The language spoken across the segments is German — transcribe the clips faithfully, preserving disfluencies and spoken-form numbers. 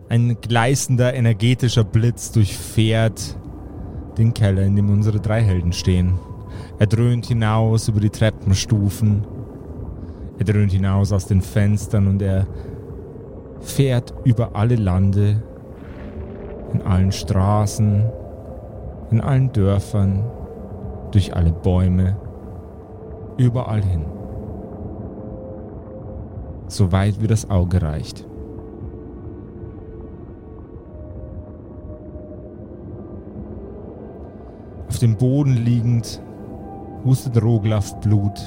Ein gleißender, energetischer Blitz durchfährt den Keller, in dem unsere drei Helden stehen. Er dröhnt hinaus über die Treppenstufen. Er dröhnt hinaus aus den Fenstern und er fährt über alle Lande, in allen Straßen, in allen Dörfern, durch alle Bäume, überall hin. So weit wie das Auge reicht. Auf dem Boden liegend hustet Roglaf Blut.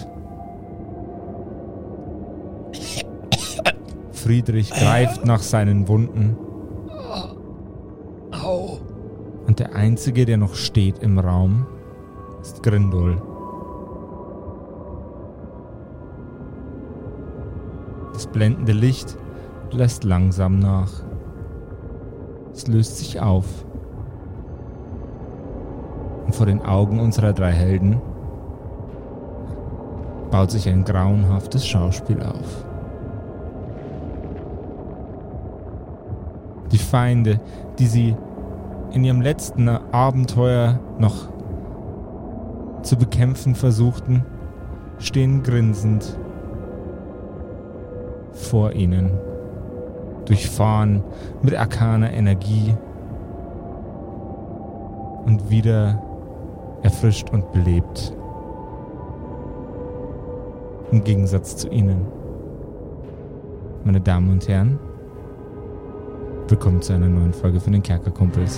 Friedrich greift nach seinen Wunden. Au. Und der Einzige, der noch steht im Raum, ist Grindol. Das blendende Licht lässt langsam nach. Es löst sich auf. Und vor den Augen unserer drei Helden baut sich ein grauenhaftes Schauspiel auf. Die Feinde, die sie in ihrem letzten Abenteuer noch zu bekämpfen versuchten, stehen grinsend vor ihnen, durchfahren mit arkaner Energie und wieder erfrischt und belebt. Im Gegensatz zu ihnen. Meine Damen und Herren, willkommen zu einer neuen Folge von den Kerkerkumpels.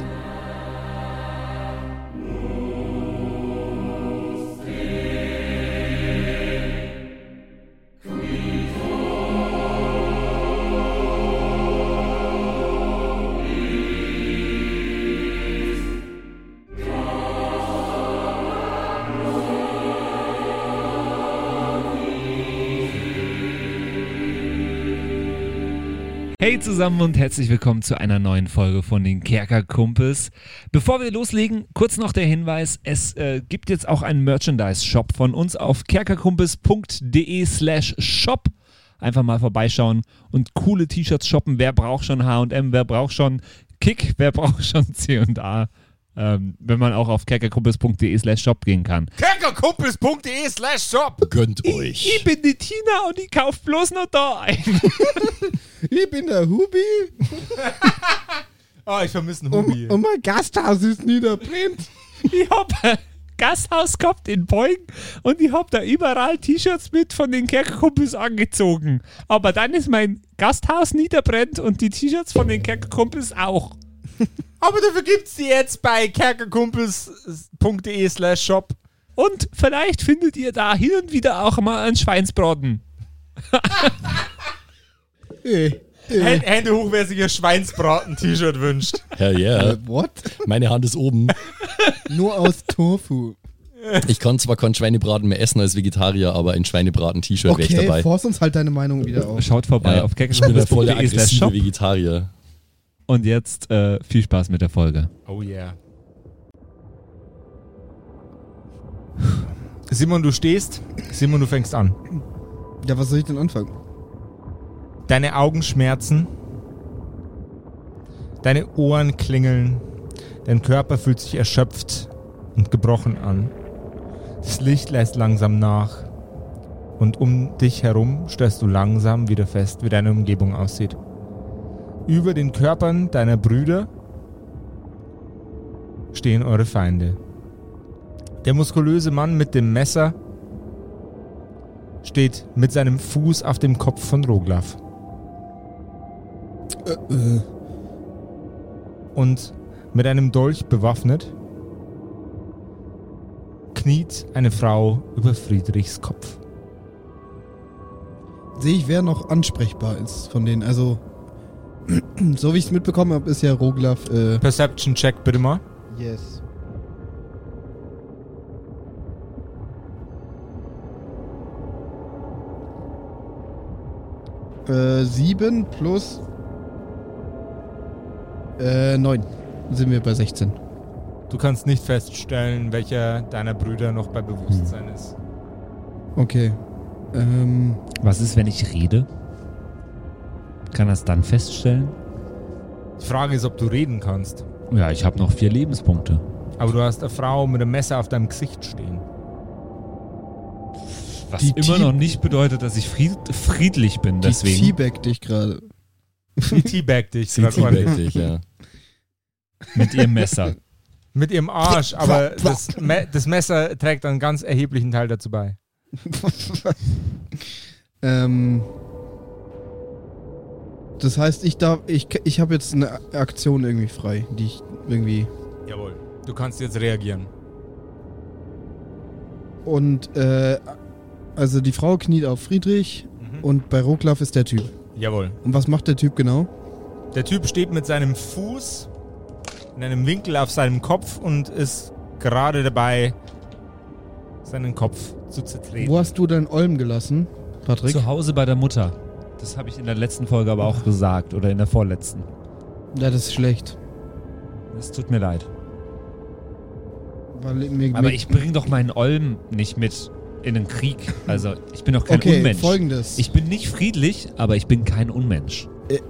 Hey zusammen und herzlich willkommen zu einer neuen Folge von den Kerkerkumpels. Bevor wir loslegen, kurz noch der Hinweis, es äh, gibt jetzt auch einen Merchandise-Shop von uns auf kerkerkumpels.de slash shop. Einfach mal vorbeischauen und coole T-Shirts shoppen. Wer braucht schon H und M, wer braucht schon Kick, wer braucht schon C und A, ähm, wenn man auch auf kerkerkumpels.de slash shop gehen kann. kerkerkumpels.de slash shop Gönnt euch. Ich, ich bin die Tina und ich kauf bloß noch da ein. Ich bin der Hubi. Oh, ich vermisse einen Hubi. Und, und mein Gasthaus ist niederbrennt. Ich hab ein Gasthaus gehabt in Beugen und ich hab da überall T-Shirts mit von den Kerkerkumpels angezogen. Aber dann ist mein Gasthaus niederbrennt und die T-Shirts von den Kerkerkumpels auch. Aber dafür gibt's die jetzt bei kerkerkumpels.de slash shop. Und vielleicht findet ihr da hin und wieder auch mal einen Schweinsbraten. Äh, äh. Hände hoch, wer sich ein Schweinsbraten-T-Shirt wünscht. Hell yeah. Äh, what? Meine Hand ist oben. Nur aus Tofu. Ich kann zwar keinen Schweinebraten mehr essen als Vegetarier, aber ein Schweinebraten-T-Shirt wäre ich Okay, dabei. forst uns halt deine Meinung wieder auf. Schaut vorbei Ja, auf ich bin der volle kerkerkumpels.de slash aggressive shop. Vegetarier. Und jetzt äh, viel Spaß mit der Folge. Oh yeah. Simon, du stehst. Simon, du fängst an. Ja, was soll ich denn anfangen? Deine Augen schmerzen. Deine Ohren klingeln. Dein Körper fühlt sich erschöpft und gebrochen an. Das Licht lässt langsam nach. Und um dich herum stellst du langsam wieder fest, wie deine Umgebung aussieht. Über den Körpern deiner Brüder stehen eure Feinde. Der muskulöse Mann mit dem Messer steht mit seinem Fuß auf dem Kopf von Roglaf. Äh, äh. Und mit einem Dolch bewaffnet kniet eine Frau über Friedrichs Kopf. Sehe ich, wer noch ansprechbar ist von denen. Also, so wie ich es mitbekommen habe, ist ja Roglaf. Äh, Perception Check bitte mal. yes. Äh, sieben plus äh, neun. Sind wir bei sechzehn. Du kannst nicht feststellen, welcher deiner Brüder noch bei Bewusstsein ist. Okay. Ähm, Was ist, wenn ich rede? Kann er es dann feststellen? Die Frage ist, ob du reden kannst. Ja, ich habe noch vier Lebenspunkte. Aber du hast eine Frau mit einem Messer auf deinem Gesicht stehen. Was Die immer Tea- noch nicht bedeutet, dass ich fried friedlich bin, Die deswegen. teabag dich gerade. Die teabag dich. Sie grad ordentlich. teabagt dich, ja. Mit ihrem Messer. Mit ihrem Arsch, aber das, Me das Messer trägt einen ganz erheblichen Teil dazu bei. ähm, das heißt, ich darf, ich, ich habe jetzt eine Aktion irgendwie frei, die ich irgendwie. Jawohl. Du kannst jetzt reagieren. Und äh, also die Frau kniet auf Friedrich Mhm. und bei Roklav ist der Typ. Jawohl. Und was macht der Typ genau? Der Typ steht mit seinem Fuß in einem Winkel auf seinem Kopf und ist gerade dabei, seinen Kopf zu zertreten. Wo hast du deinen Olm gelassen, Patrick? Zu Hause bei der Mutter. Das habe ich in der letzten Folge aber auch gesagt. Oder in der vorletzten. Ja, das ist schlecht. Es tut mir leid. Weil mir, Aber mir, ich bringe doch meinen Olm nicht mit in den Krieg. Also, ich bin doch kein okay, Unmensch. folgendes. Ich bin nicht friedlich, aber ich bin kein Unmensch.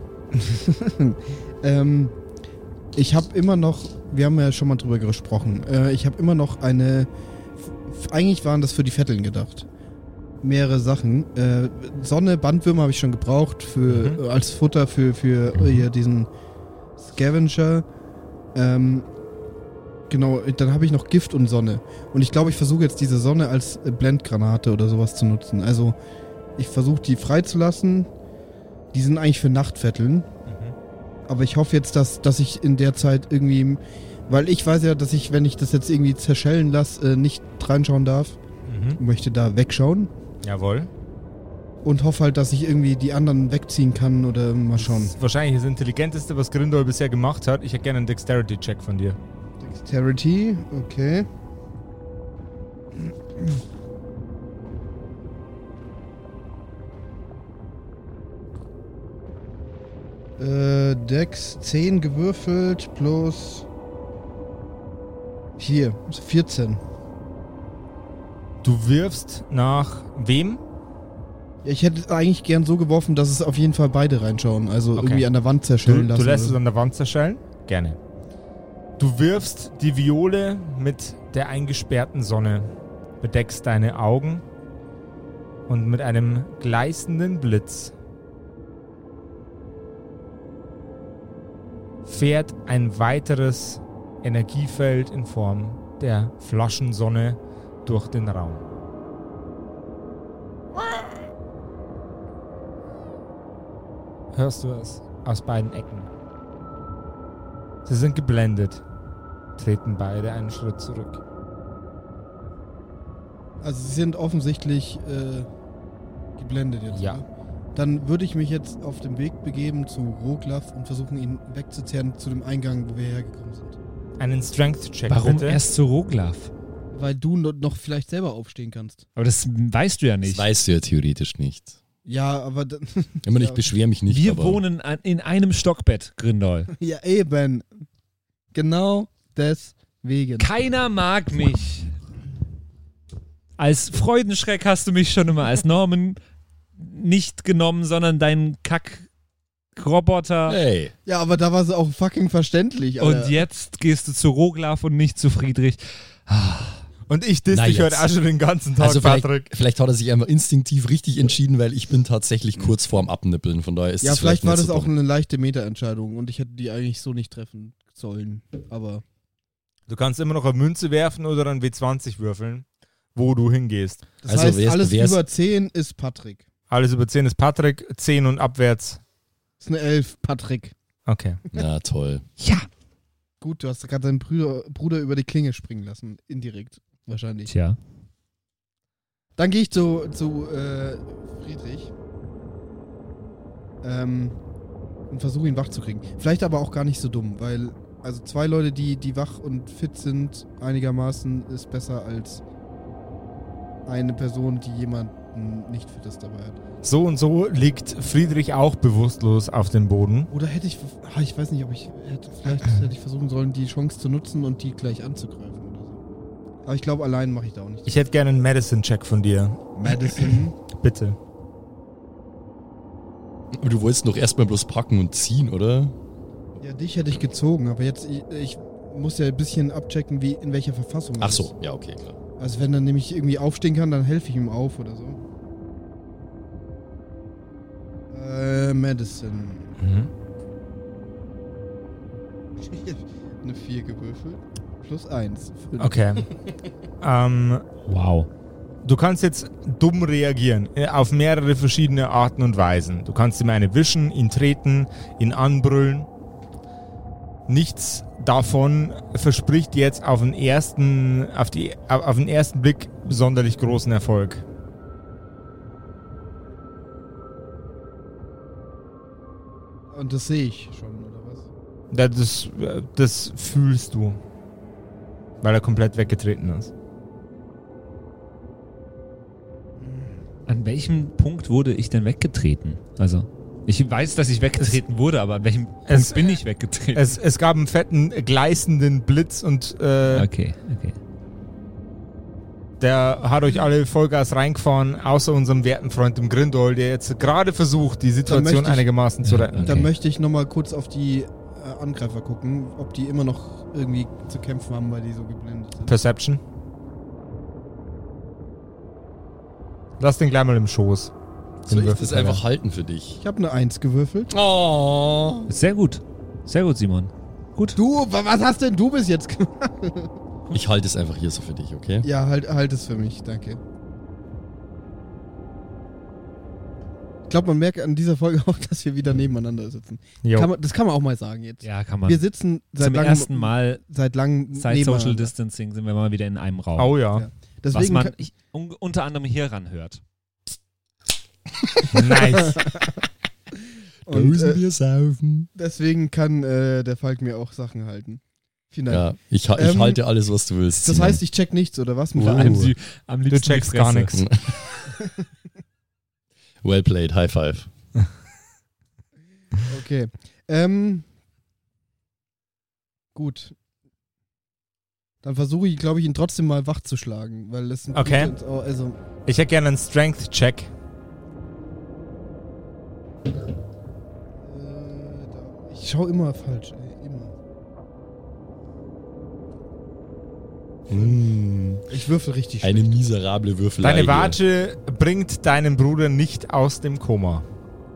ähm, ich habe immer noch, wir haben ja schon mal drüber gesprochen, äh, ich habe immer noch eine, f- eigentlich waren das für die Vetteln gedacht. Mehrere Sachen. Äh, Sonne, Bandwürmer habe ich schon gebraucht für, Mhm. äh, als Futter für, für äh, hier diesen Scavenger. Ähm, genau, dann habe ich noch Gift und Sonne. Und ich glaube, ich versuche jetzt diese Sonne als äh, Blendgranate oder sowas zu nutzen. Also ich versuche die freizulassen. Die sind eigentlich für Nachtvetteln. Mhm. Aber ich hoffe jetzt, dass, dass ich in der Zeit irgendwie, weil ich weiß ja, dass ich, wenn ich das jetzt irgendwie zerschellen lasse, äh, nicht reinschauen darf. Mhm. Möchte da wegschauen Jawohl. und hoffe halt, dass ich irgendwie die anderen wegziehen kann oder mal schauen. Das ist wahrscheinlich das Intelligenteste, was Grindol bisher gemacht hat. Ich hätte gerne einen Dexterity-Check von dir. Dexterity, okay. Äh, Dex zehn gewürfelt plus hier, vierzehn. Du wirfst nach wem? Ja, ich hätte eigentlich gern so geworfen, dass es auf jeden Fall beide reinschauen. Also Okay. irgendwie an der Wand Du, zerschellen lassen. du lässt es oder an der Wand zerschellen? Gerne. Du wirfst die Viole mit der eingesperrten Sonne, bedeckst deine Augen und mit einem gleißenden Blitz fährt ein weiteres Energiefeld in Form der Flaschensonne durch den Raum. Hörst du es aus beiden Ecken? Sie sind geblendet, treten beide einen Schritt zurück. Also sie sind offensichtlich äh, geblendet jetzt. Ja. Ne? Dann würde ich mich jetzt auf den Weg begeben zu Roglaf und versuchen, ihn wegzuzerren zu dem Eingang, wo wir hergekommen sind. Einen Strength-Check Warum bitte. erst zu Roglaf? Weil du no- noch vielleicht selber aufstehen kannst. Aber das weißt du ja Das nicht. weißt du ja theoretisch nicht. Ja, aber dann, Immer ich Ja. beschwere mich nicht. Wir aber wohnen an, in einem Stockbett, Grindol. ja eben. Genau deswegen. Keiner mag mich. Als Freudenschreck hast du mich schon immer als Norman nicht genommen, sondern deinen Kack-Roboter. Hey, Ja, aber da war es auch fucking verständlich. Alter. Und jetzt gehst du zu Roglaf und nicht zu Friedrich. Und ich diss Na dich jetzt. heute auch schon den ganzen Tag, also vielleicht, Patrick. vielleicht hat er sich einfach instinktiv richtig entschieden, weil ich bin tatsächlich kurz vorm Abnippeln. Von daher ist Ja, es vielleicht war nicht das so auch dumm. eine leichte Meta-Entscheidung und ich hätte die eigentlich so nicht treffen sollen. Aber Du kannst immer noch eine Münze werfen oder einen W zwanzig würfeln, wo du hingehst. das Also heißt, wär's- alles wär's- über zehn ist Patrick. Alles über zehn ist Patrick, zehn und abwärts. Das ist eine elf, Patrick. Okay. Na toll. Ja. Gut, du hast gerade deinen Bruder, Bruder über die Klinge springen lassen. Indirekt, wahrscheinlich. Tja. Dann gehe ich zu, zu äh, Friedrich. Ähm, und versuche ihn wach zu kriegen. Vielleicht aber auch gar nicht so dumm, weil also zwei Leute, die, die wach und fit sind, einigermaßen, ist besser als eine Person, die jemanden nicht fittes dabei hat. So und so liegt Friedrich auch bewusstlos auf dem Boden. Oder hätte ich, ah, ich weiß nicht, ob ich, hätte, vielleicht hätte ich versuchen sollen, die Chance zu nutzen und die gleich anzugreifen oder so. Aber ich glaube, allein mache ich da auch nicht. Ich hätte gerne einen Medicine-Check von dir. Madison. Bitte. Aber du wolltest doch erstmal bloß packen und ziehen, oder? Ja, dich hätte ich gezogen, aber jetzt, ich, ich muss ja ein bisschen abchecken, wie, in welcher Verfassung er Ach ist. so, ja, okay, klar. Also wenn er nämlich irgendwie aufstehen kann, dann helfe ich ihm auf oder so. Äh, Medicine. Mhm. Eine vier gewürfelt. Plus eins. Okay. ähm, Wow. du kannst jetzt dumm reagieren. äh, Auf mehrere verschiedene Arten und Weisen. Du kannst ihm eine wischen, ihn treten, ihn anbrüllen. Nichts davon verspricht jetzt auf den ersten, auf die, auf auf den ersten Blick sonderlich großen Erfolg. Und das sehe ich schon, oder was? Da- Das, das fühlst du. Weil er komplett weggetreten ist. An welchem Punkt wurde ich denn weggetreten? Also, ich weiß, dass ich weggetreten wurde, aber an welchem Punkt es- bin ich weggetreten? Es, es gab einen fetten, gleißenden Blitz und äh, okay, okay. der hat euch alle Vollgas reingefahren, außer unserem werten Freund dem Grindol, der jetzt gerade versucht, die Situation möchte ich- einigermaßen zu Ja, retten. Dann Okay. möchte ich nochmal kurz auf die äh, Angreifer gucken, ob die immer noch irgendwie zu kämpfen haben, weil die so geblendet sind. Perception. Lass den gleich mal im Schoß. Soll ich das Würfelteller. einfach halten für dich? Ich habe eine eins gewürfelt. Oh. Sehr gut. Sehr gut, Simon. Gut. Du, wa- was hast denn du bis jetzt gemacht? Ich halte es einfach hier so für dich, okay? Ja, halt, halt es für mich, danke. Ich glaube, man merkt an dieser Folge auch, dass wir wieder nebeneinander sitzen. Jo. Kann man, das kann man auch mal sagen jetzt. Ja, kann man. Wir sitzen seit Zum langem, ersten Mal seit langem seit Social nebeneinander. Distancing sind wir mal wieder in einem Raum. Oh ja. Ja. was Deswegen man kann, ich, un, unter anderem hier ran hört. Nice. und, äh, wir saufen. deswegen kann äh, der Falk mir auch Sachen halten. Vielen Dank. Ja, ich, ha- ich Ähm, halte alles, was du willst. Das Simon. heißt, ich check nichts, oder was? Mit Oh. der Vor allem Eins? sie am Du liebsten die checkst gar Fresse. nichts. Well played, High Five. Okay. Ähm, gut. Dann versuche ich, glaube ich, ihn trotzdem mal wach zu schlagen, weil es ein Okay. gutes- oh, also Ich hätte gerne einen Strength-Check. äh, da, ich schaue immer falsch, ey, immer. Mm, Ich würfel richtig eine schlecht. miserable Würfelei. Deine hier. Watsche bringt deinen Bruder nicht aus dem Koma.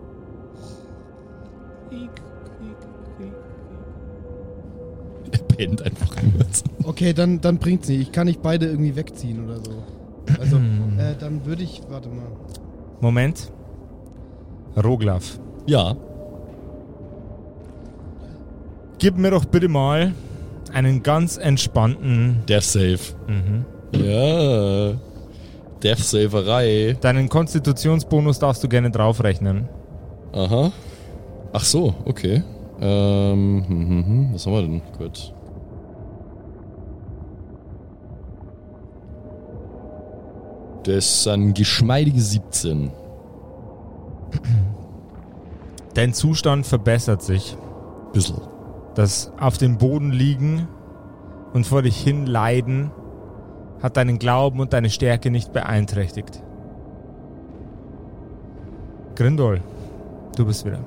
Er pennt einfach nur. Okay, dann, dann bringt's nicht. Ich kann nicht beide irgendwie wegziehen oder so. Also, äh, dann würde ich, warte mal. Moment. Roglaf. Ja, Gib mir doch bitte mal einen ganz entspannten... Death Save. Mhm. Ja. Death Saverei. Deinen Konstitutionsbonus darfst du gerne draufrechnen. Aha. Ach so, okay. Ähm, hm, hm, hm. Was haben wir denn? Gut. Das sind geschmeidige siebzehn. Dein Zustand verbessert sich. Bissl. Das auf dem Boden liegen und vor dich hin leiden hat deinen Glauben und deine Stärke nicht beeinträchtigt. Grindol, du bist wieder.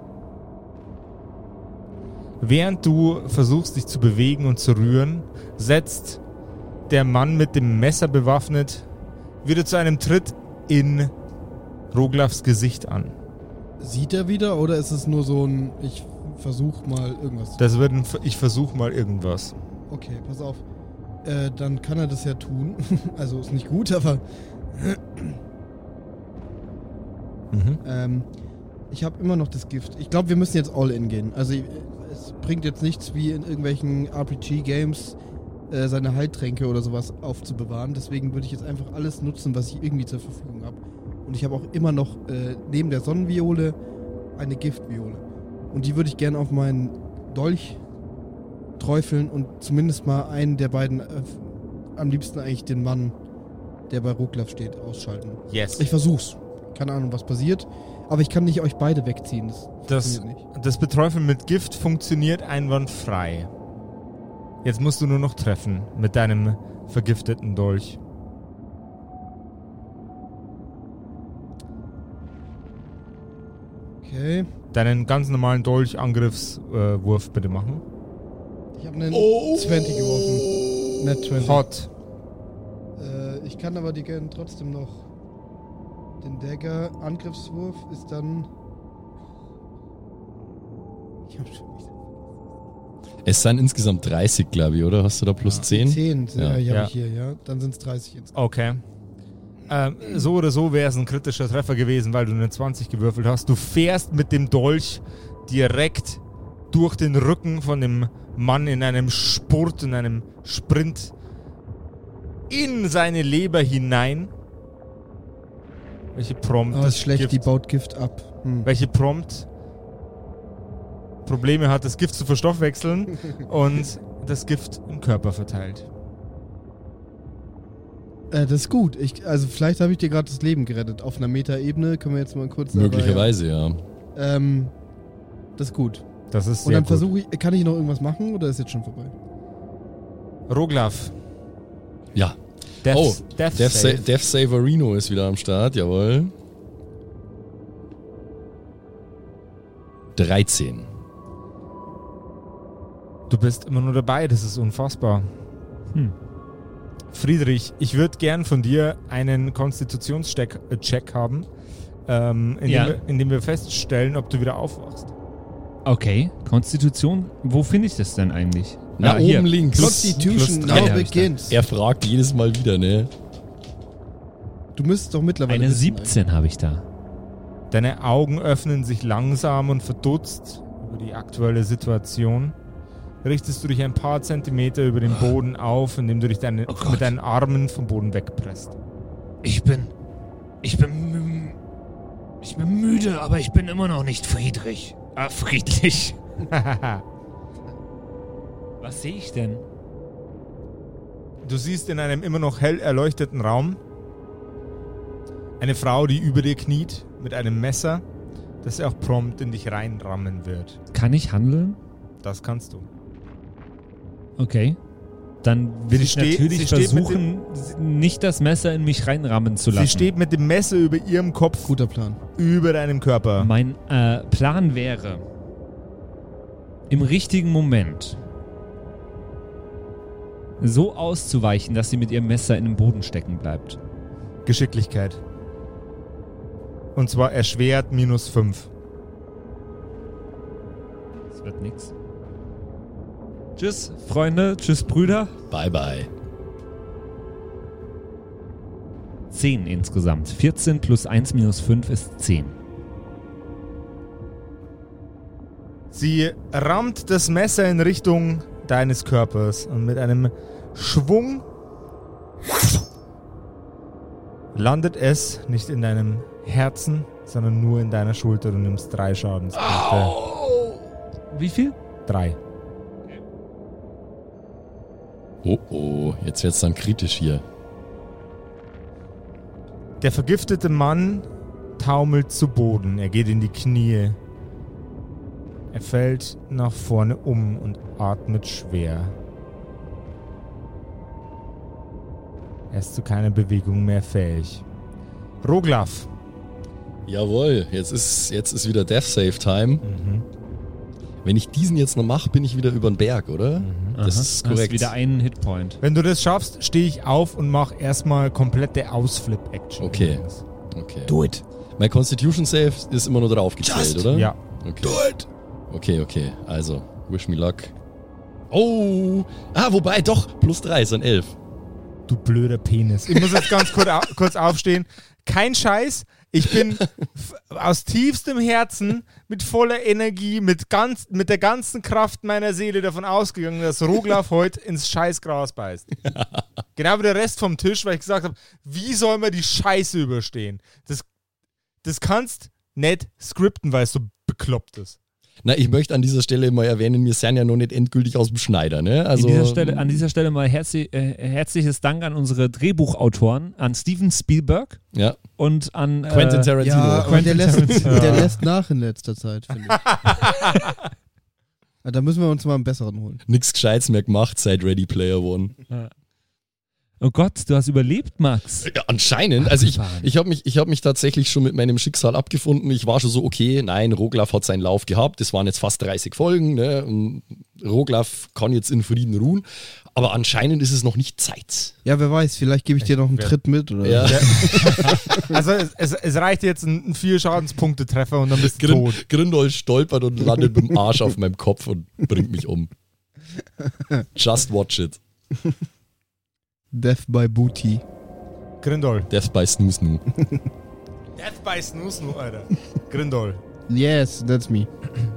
Während du versuchst, dich zu bewegen und zu rühren, setzt der Mann mit dem Messer bewaffnet wieder zu einem Tritt in Roglafs Gesicht an. Sieht er wieder oder ist es nur so ein, ich versuch mal irgendwas? Das wird ein, ich versuch mal irgendwas. Okay, pass auf. Äh, dann kann er das ja tun. Also ist nicht gut, aber Mhm. ähm, ich habe immer noch das Gift. Ich glaube, wir müssen jetzt all in gehen. Also ich, es bringt jetzt nichts wie in irgendwelchen R P G-Games äh, seine Heiltränke oder sowas aufzubewahren. Deswegen würde ich jetzt einfach alles nutzen, was ich irgendwie zur Verfügung habe. Und ich habe auch immer noch äh, neben der Sonnenviole eine Giftviole. Und die würde ich gerne auf meinen Dolch träufeln und zumindest mal einen der beiden, äh, am liebsten eigentlich den Mann, der bei Roglaf steht, ausschalten. Yes. Ich versuch's. Keine Ahnung, was passiert. Aber ich kann nicht euch beide wegziehen. Das, Das, funktioniert nicht. das Beträufeln mit Gift funktioniert einwandfrei. Jetzt musst du nur noch treffen mit deinem vergifteten Dolch. Okay. Okay. Deinen ganz normalen Dolchangriffswurf äh, bitte machen. Ich habe einen Oh. zwanzig geworfen. Net zwanzig. Hot. Äh, ich kann aber die gerne trotzdem noch. Den Dagger Angriffswurf ist dann. Ich hab schon nicht. Es sind insgesamt dreißig, glaube ich, oder? Hast du da plus zehn? zehn, Ja. ja, ja, Ja. habe ich hier, ja. Dann sind es dreißig insgesamt. Okay. Ähm, so oder so wäre es ein kritischer Treffer gewesen, weil du eine zwanzig gewürfelt hast. Du fährst mit dem Dolch direkt durch den Rücken von dem Mann in einem Spurt, in einem Sprint in seine Leber hinein. Welche Prompt? Aber das ist schlecht, Gift, die baut Gift ab. Hm. welche Prompt Probleme hat, das Gift zu verstoffwechseln und das Gift im Körper verteilt. Äh, das ist gut. Ich, also vielleicht habe ich dir gerade das Leben gerettet. Auf einer Metaebene können wir jetzt mal kurz. Möglicherweise, ja. Aber, ja. Ähm, das ist gut. Das ist Und sehr dann gut. versuche ich, kann ich noch irgendwas machen oder ist jetzt schon vorbei? Roglaf. Ja. Death, Oh, Death, Death, Save. Sa Death Saverino ist wieder am Start, jawohl. dreizehn. Du bist immer nur dabei, das ist unfassbar. Hm. Friedrich, ich würde gern von dir einen Konstitutionscheck äh, Check haben, ähm, in, Ja. dem wir, in dem wir feststellen, ob du wieder aufwachst. Okay, Konstitution, wo finde ich das denn eigentlich? Na, Ah, hier. oben links. Constitution plus drei now hab ich begins. Er fragt jedes Mal wieder, ne? Du müsstest doch mittlerweile. Eine wissen, siebzehn habe ich da. Deine Augen öffnen sich langsam und verdutzt über die aktuelle Situation. Richtest du dich ein paar Zentimeter über den Boden auf, indem du dich deine, Oh Gott. mit deinen Armen vom Boden wegpresst. Ich bin. Ich bin. mü- Ich bin müde, aber ich bin immer noch nicht Friedrich. Ah, friedlich. Was sehe ich denn? Du siehst in einem immer noch hell erleuchteten Raum eine Frau, die über dir kniet, mit einem Messer, das sie auch prompt in dich reinrammen wird. Kann ich handeln? Das kannst du. Okay. Dann will Sie ich ste- natürlich sie steht mit versuchen, nicht das Messer in mich reinrammen zu lassen. Sie steht mit dem Messer über ihrem Kopf, Guter Plan. über deinem Körper. Mein äh, Plan wäre, im richtigen Moment so auszuweichen, dass sie mit ihrem Messer in den Boden stecken bleibt. Geschicklichkeit. Und zwar erschwert minus fünf. Das wird nix. Tschüss, Freunde. Tschüss, Brüder. Bye, bye. zehn insgesamt. vierzehn plus eins minus fünf ist zehn. Sie rammt das Messer in Richtung deines Körpers und mit einem Schwung landet es nicht in deinem Herzen, sondern nur in deiner Schulter. Du nimmst drei Schadenspunkte. Wie viel? Drei. Oh, oh. Jetzt wird's dann kritisch hier. Der vergiftete Mann taumelt zu Boden. Er geht in die Knie. Er fällt nach vorne um und atmet schwer. Er ist zu keiner Bewegung mehr fähig. Roglaf. Jawohl, jetzt ist, jetzt ist wieder Death Save Time. Mhm. Wenn ich diesen jetzt noch mache, bin ich wieder über den Berg, oder? Das Aha. ist korrekt. Hast wieder einen Hitpoint. Wenn du das schaffst, stehe ich auf und mache erstmal komplette Ausflip-Action. Okay. übrigens. Okay. Do it. Mein Constitution Save ist immer nur draufgestellt, oder? Ja. Okay. Do it. Okay, okay. Also, wish me luck. Oh! Ah, wobei, doch, plus drei sind elf. Du blöder Penis. Ich muss jetzt ganz kurz, au kurz aufstehen. Kein Scheiß. Ich bin f- aus tiefstem Herzen mit voller Energie, mit, ganz, mit der ganzen Kraft meiner Seele davon ausgegangen, dass Roglaf heute ins Scheißgras beißt. Genau wie der Rest vom Tisch, weil ich gesagt habe, wie soll man die Scheiße überstehen? Das, das kannst nicht skripten, weil es so bekloppt ist. Na, ich möchte an dieser Stelle mal erwähnen, wir sind ja noch nicht endgültig aus dem Schneider, ne? Also, In dieser Stelle, an dieser Stelle mal herzlich, äh, herzliches Dank an unsere Drehbuchautoren, an Steven Spielberg ja, und an Quentin äh, Tarantino. Ja, aber der lässt, Tarantino. der lässt nach in letzter Zeit, finde ich. Ja, da müssen wir uns mal einen besseren holen. Nix Gescheites mehr gemacht seit Ready Player One. Oh Gott, du hast überlebt, Max. Ja, anscheinend. Also ich, Abgefahren. ich habe mich, ich hab mich tatsächlich schon mit meinem Schicksal abgefunden. Ich war schon so, okay, nein, Roglaf hat seinen Lauf gehabt. Das waren jetzt fast dreißig Folgen. Ne? Und Roglaf kann jetzt in Frieden ruhen. Aber anscheinend ist es noch nicht Zeit. Ja, wer weiß, vielleicht gebe ich dir noch einen wer- Tritt mit. Oder Ja. Also es, es, es reicht jetzt ein, ein vier Schadenspunkte-Treffer und dann bist du Grin, tot. Grindol stolpert und landet mit dem Arsch auf meinem Kopf und bringt mich um. Just watch it. Death by Booty. Grindol. Death by Snoo Snoo. Death by Snoo Snoo, Alter. Grindol. Yes, that's me.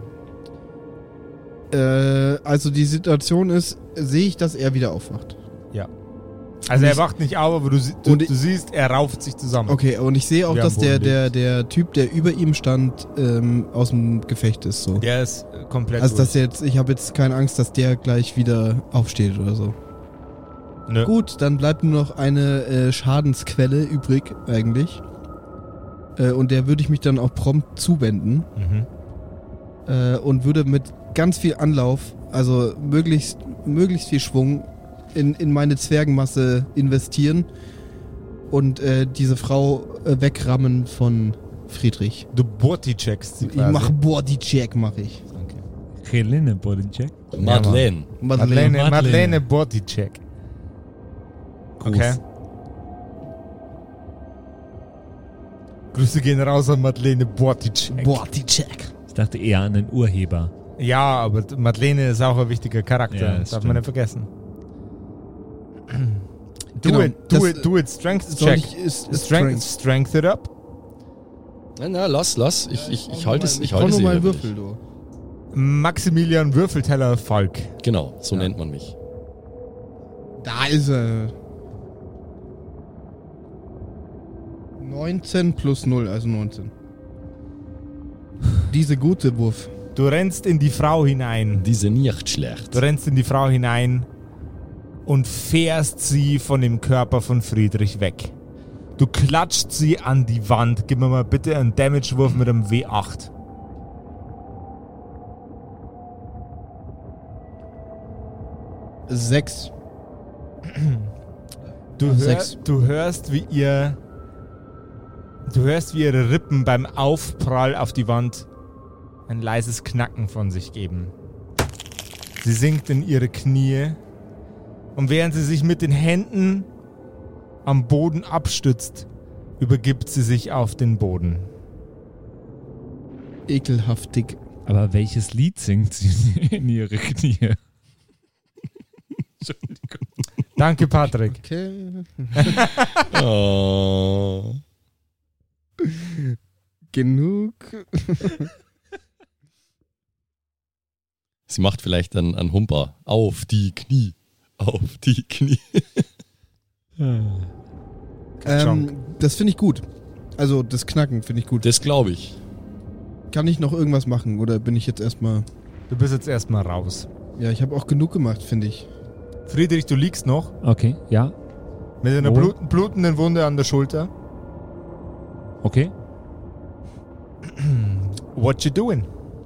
äh, also die Situation ist, sehe ich, dass er wieder aufwacht. Ja. Also Und er ich- wacht nicht auf, aber du, sie- du, und ich- du siehst, er rauft sich zusammen. Okay, und ich sehe auch, Wer dass am der, Boden der, der Typ, der über ihm stand, ähm, aus dem Gefecht ist. So. Der ist äh, komplett Also dass durch. jetzt, ich habe jetzt keine Angst, dass der gleich wieder aufsteht oder so. Nö. Gut, dann bleibt nur noch eine äh, Schadensquelle übrig eigentlich. Äh, und der würde ich mich dann auch prompt zuwenden. Mhm. Äh, und würde mit ganz viel Anlauf, also möglichst, möglichst viel Schwung in, in meine Zwergenmasse investieren und äh, diese Frau äh, wegrammen von Friedrich. Du Body-checkst sie Ich quasi. mache Body-Check, mache ich. Okay. Helene Bodencheck. Madeleine. Madeleine, Madeleine. Madeleine Body-check. Okay. Grüße gehen raus an Madeleine Body-check. Body-Check. Ich dachte eher an den Urheber. Ja, aber Madeleine ist auch ein wichtiger Charakter. Ja, das das darf stimmt. man nicht vergessen. Do Genau, it, do das- it, do it. Strength Soll check. ich- ist- ist Strength, Strength. strength it up. Na, na, lass, lass. Ich, ich, ich halte es. Ich brauch halte nur es mal eh einen für Würfel, dich. du. Maximilian Würfelteller Falk. Genau, so nennt man mich. Da ist er. neunzehn plus null, also neunzehn. Diese gute Wurf. Du rennst in die Frau hinein. Diese nicht schlecht. Du rennst in die Frau hinein und fährst sie von dem Körper von Friedrich weg. Du klatscht sie an die Wand. Gib mir mal bitte einen Damage-Wurf mit einem W acht. Sechs. Du, Sechs. hör, du hörst, wie ihr. Du hörst, wie ihre Rippen beim Aufprall auf die Wand ein leises Knacken von sich geben. Sie sinkt in ihre Knie und während sie sich mit den Händen am Boden abstützt, übergibt sie sich auf den Boden. Ekelhaftig. Aber welches Lied singt sie in ihre Knie? Entschuldigung. Danke, Patrick. Okay. Oh. Genug. Sie macht vielleicht einen, einen Humper. Auf die Knie. Auf die Knie. Ähm, das finde ich gut. Also das Knacken finde ich gut. Das glaube ich. Kann ich noch irgendwas machen oder bin ich jetzt erstmal... Du bist jetzt erstmal raus. Ja, ich habe auch genug gemacht, finde ich. Friedrich, du liegst noch Okay, ja, mit einer Wo? blut, blutenden Wunde an der Schulter. okay. What you doing?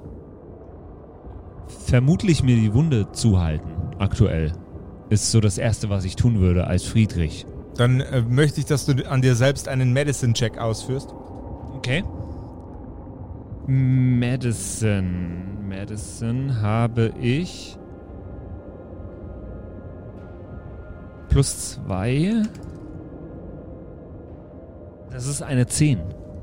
Vermutlich mir die Wunde zuhalten, aktuell. Ist so das Erste, was ich tun würde als Friedrich. Dann äh, möchte ich, dass du an dir selbst einen Medicine-Check ausführst. Okay. Medicine. Medicine habe ich. Plus zwei. Das ist eine zehn.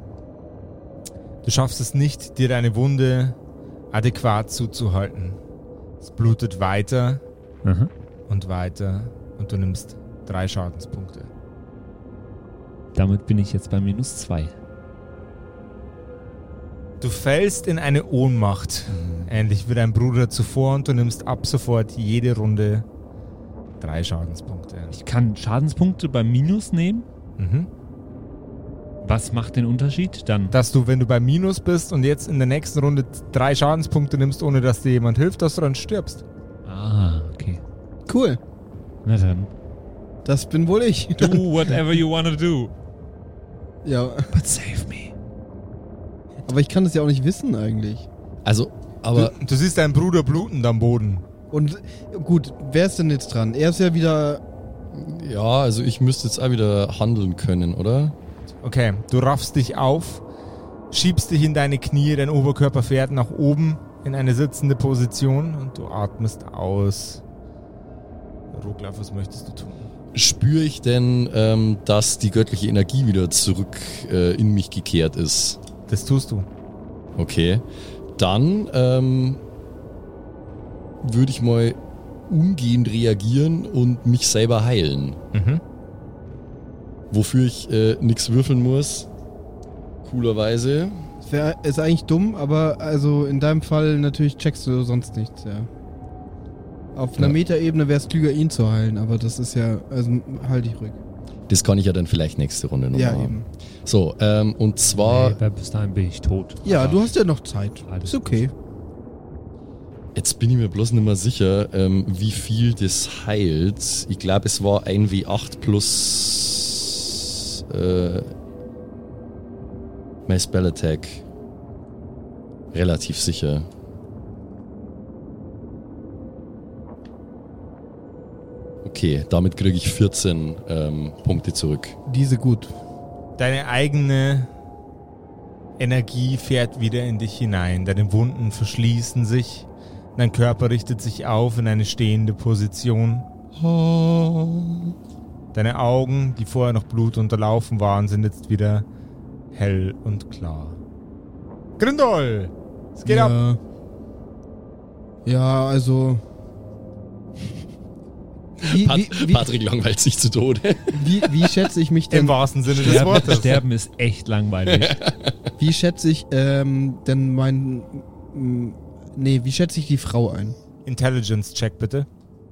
Du schaffst es nicht, dir deine Wunde adäquat zuzuhalten. Es blutet weiter Aha. und weiter und du nimmst drei Schadenspunkte. Damit bin ich jetzt bei minus zwei. Du fällst in eine Ohnmacht, ähnlich wie dein Bruder zuvor, und du nimmst ab sofort jede Runde drei Schadenspunkte. Ich kann Schadenspunkte beim Minus nehmen. Mhm. Was macht den Unterschied? Dann. Dass du, wenn du bei Minus bist und jetzt in der nächsten Runde drei Schadenspunkte nimmst, ohne dass dir jemand hilft, dass du dann stirbst. Ah, okay. Cool. Na dann. Das bin wohl ich. Do whatever you wanna do. Ja, But save me. aber ich kann das ja auch nicht wissen eigentlich. Also, aber du, du siehst deinen Bruder blutend am Boden. Und gut, wer ist denn jetzt dran? Er ist ja wieder Ja, also ich müsste jetzt auch wieder handeln können, oder? Okay, du raffst dich auf, schiebst dich in deine Knie, dein Oberkörper fährt nach oben in eine sitzende Position und du atmest aus. Roglaf, was möchtest du tun? Spüre ich denn, ähm, dass die göttliche Energie wieder zurück äh, in mich gekehrt ist? Das tust du. Okay. Dann ähm, würde ich mal umgehend reagieren und mich selber heilen. Mhm. Wofür ich äh, nichts würfeln muss. Coolerweise. Das wär, ist eigentlich dumm, aber also in deinem Fall natürlich checkst du sonst nichts, ja. Auf einer Ja. Metaebene wäre es klüger, ihn zu heilen, aber das ist ja, also halt dich ruhig. Das kann ich ja dann vielleicht nächste Runde noch Ja, machen. eben. So, ähm, und zwar, Nee, weil bis dahin bin ich tot. Ja, Aber du hast ja noch Zeit. Alles Ist okay. jetzt bin ich mir bloß nicht mehr sicher, ähm, wie viel das heilt. Ich glaube, es war ein W acht plus äh, mein Spell Attack. Relativ sicher. Okay, damit kriege ich vierzehn ähm, Punkte zurück. Diese gut. Deine eigene Energie fährt wieder in dich hinein. Deine Wunden verschließen sich. Dein Körper richtet sich auf in eine stehende Position. Deine Augen, die vorher noch blutunterlaufen waren, sind jetzt wieder hell und klar. Grindol! Es geht ja. ab! Ja, also. Wie, Pat wie, wie, Patrick langweilt sich zu Tode. wie, wie schätze ich mich denn? Im wahrsten Sinne des Sterben, Wortes. Sterben ist echt langweilig. Wie schätze ich ähm, denn mein. m, Nee, wie schätze ich die Frau ein? Intelligence-Check bitte.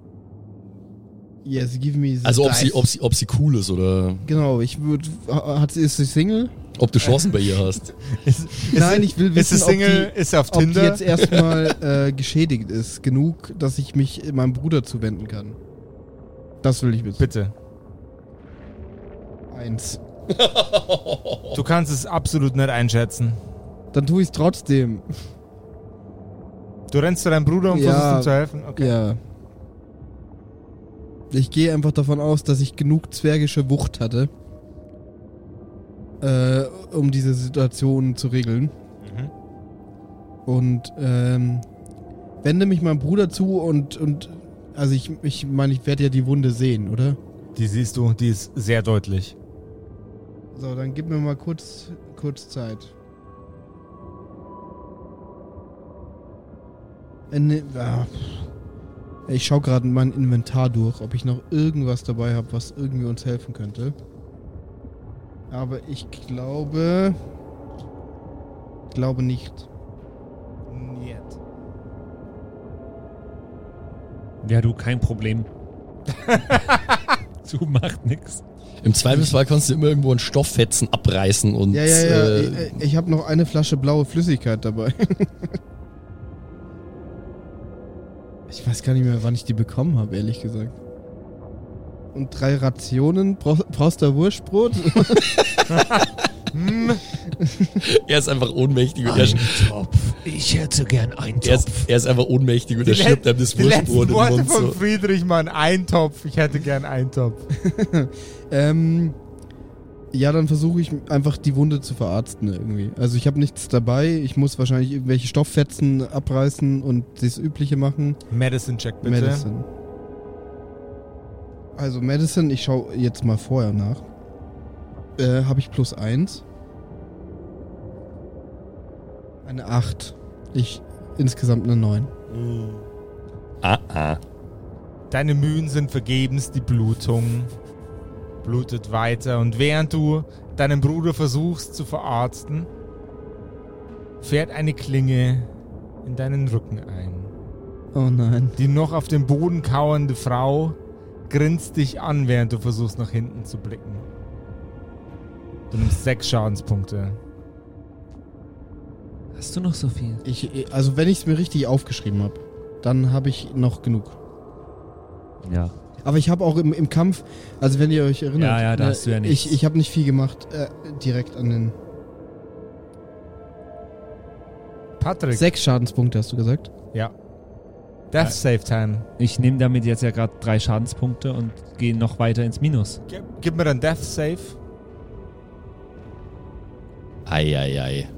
Yes, give me the Also ob dice. sie, ob, sie, ob sie cool ist oder Genau, ich würde. Hat sie, ist sie Single? ob du Chancen bei ihr hast. Ist, Nein, ich will ist wissen, sie Single, ob die, ist sie auf ob die Tinder. jetzt erstmal äh, geschädigt ist. Genug, dass ich mich meinem Bruder zuwenden kann. Das will ich wissen. Bitte. Eins. Du kannst es absolut nicht einschätzen. Dann tue ich es trotzdem. Du rennst zu deinem Bruder und Ja. versuchst ihm zu helfen? Okay. Ja. Ich gehe einfach davon aus, dass ich genug zwergische Wucht hatte, äh, um diese Situation zu regeln. Mhm. Und ähm, wende mich meinem Bruder zu und, und also ich ich meine, ich werde ja die Wunde sehen, oder? Die siehst du, die ist sehr deutlich. So, dann gib mir mal kurz, kurz Zeit. Äh, ne, ah, ich schaue gerade mein Inventar durch, ob ich noch irgendwas dabei habe, was irgendwie uns helfen könnte. Aber ich glaube... glaube nicht. Niet. Ja, du, kein Problem. Du macht nix. Im Zweifelsfall kannst du immer irgendwo einen Stofffetzen abreißen und Ja, ja, ja. äh, ich ich habe noch eine Flasche blaue Flüssigkeit dabei. Ich weiß gar nicht mehr, wann ich die bekommen habe, ehrlich gesagt. Und drei Rationen. Brauch, brauchst du Wurstbrot? er ist einfach ohnmächtig und er, Topf. Ich hätte gern einen er, ist, er ist einfach ohnmächtig und er Die schiebt let- einem das Die letzten Wurstbrot in den Worte Mund. von So. Friedrich, Mann. Eintopf. Ich hätte gern Eintopf. ähm, ja, dann versuche ich einfach die Wunde zu verarzten irgendwie. Also ich habe nichts dabei. Ich muss wahrscheinlich irgendwelche Stofffetzen abreißen und das Übliche machen. Medicine-Check bitte. Medicine. Also Medicine, ich schaue jetzt mal vorher nach. Äh, habe ich plus eins. Eine acht. Ich insgesamt eine neun. Ah, ah. Deine Mühen sind vergebens, die Blutung blutet weiter. Und während du deinen Bruder versuchst zu verarzten, fährt eine Klinge in deinen Rücken ein. Oh nein. Die noch auf dem Boden kauernde Frau grinst dich an, während du versuchst, nach hinten zu blicken. Du nimmst sechs Schadenspunkte. Hast du noch so viel? Ich, also wenn ich es mir richtig aufgeschrieben habe, dann habe ich noch genug. Ja. Aber ich habe auch im, im Kampf, also wenn ihr euch erinnert, Ja, ja, da ne, hast du ja nichts. ich, ich habe nicht viel gemacht, äh, direkt an den... Patrick. Sechs Schadenspunkte hast du gesagt? Ja. Death Save Time. Ich nehme damit jetzt ja gerade drei Schadenspunkte und gehe noch weiter ins Minus. Gib, gib mir dann Death Save. Eieiei. Ei, ei.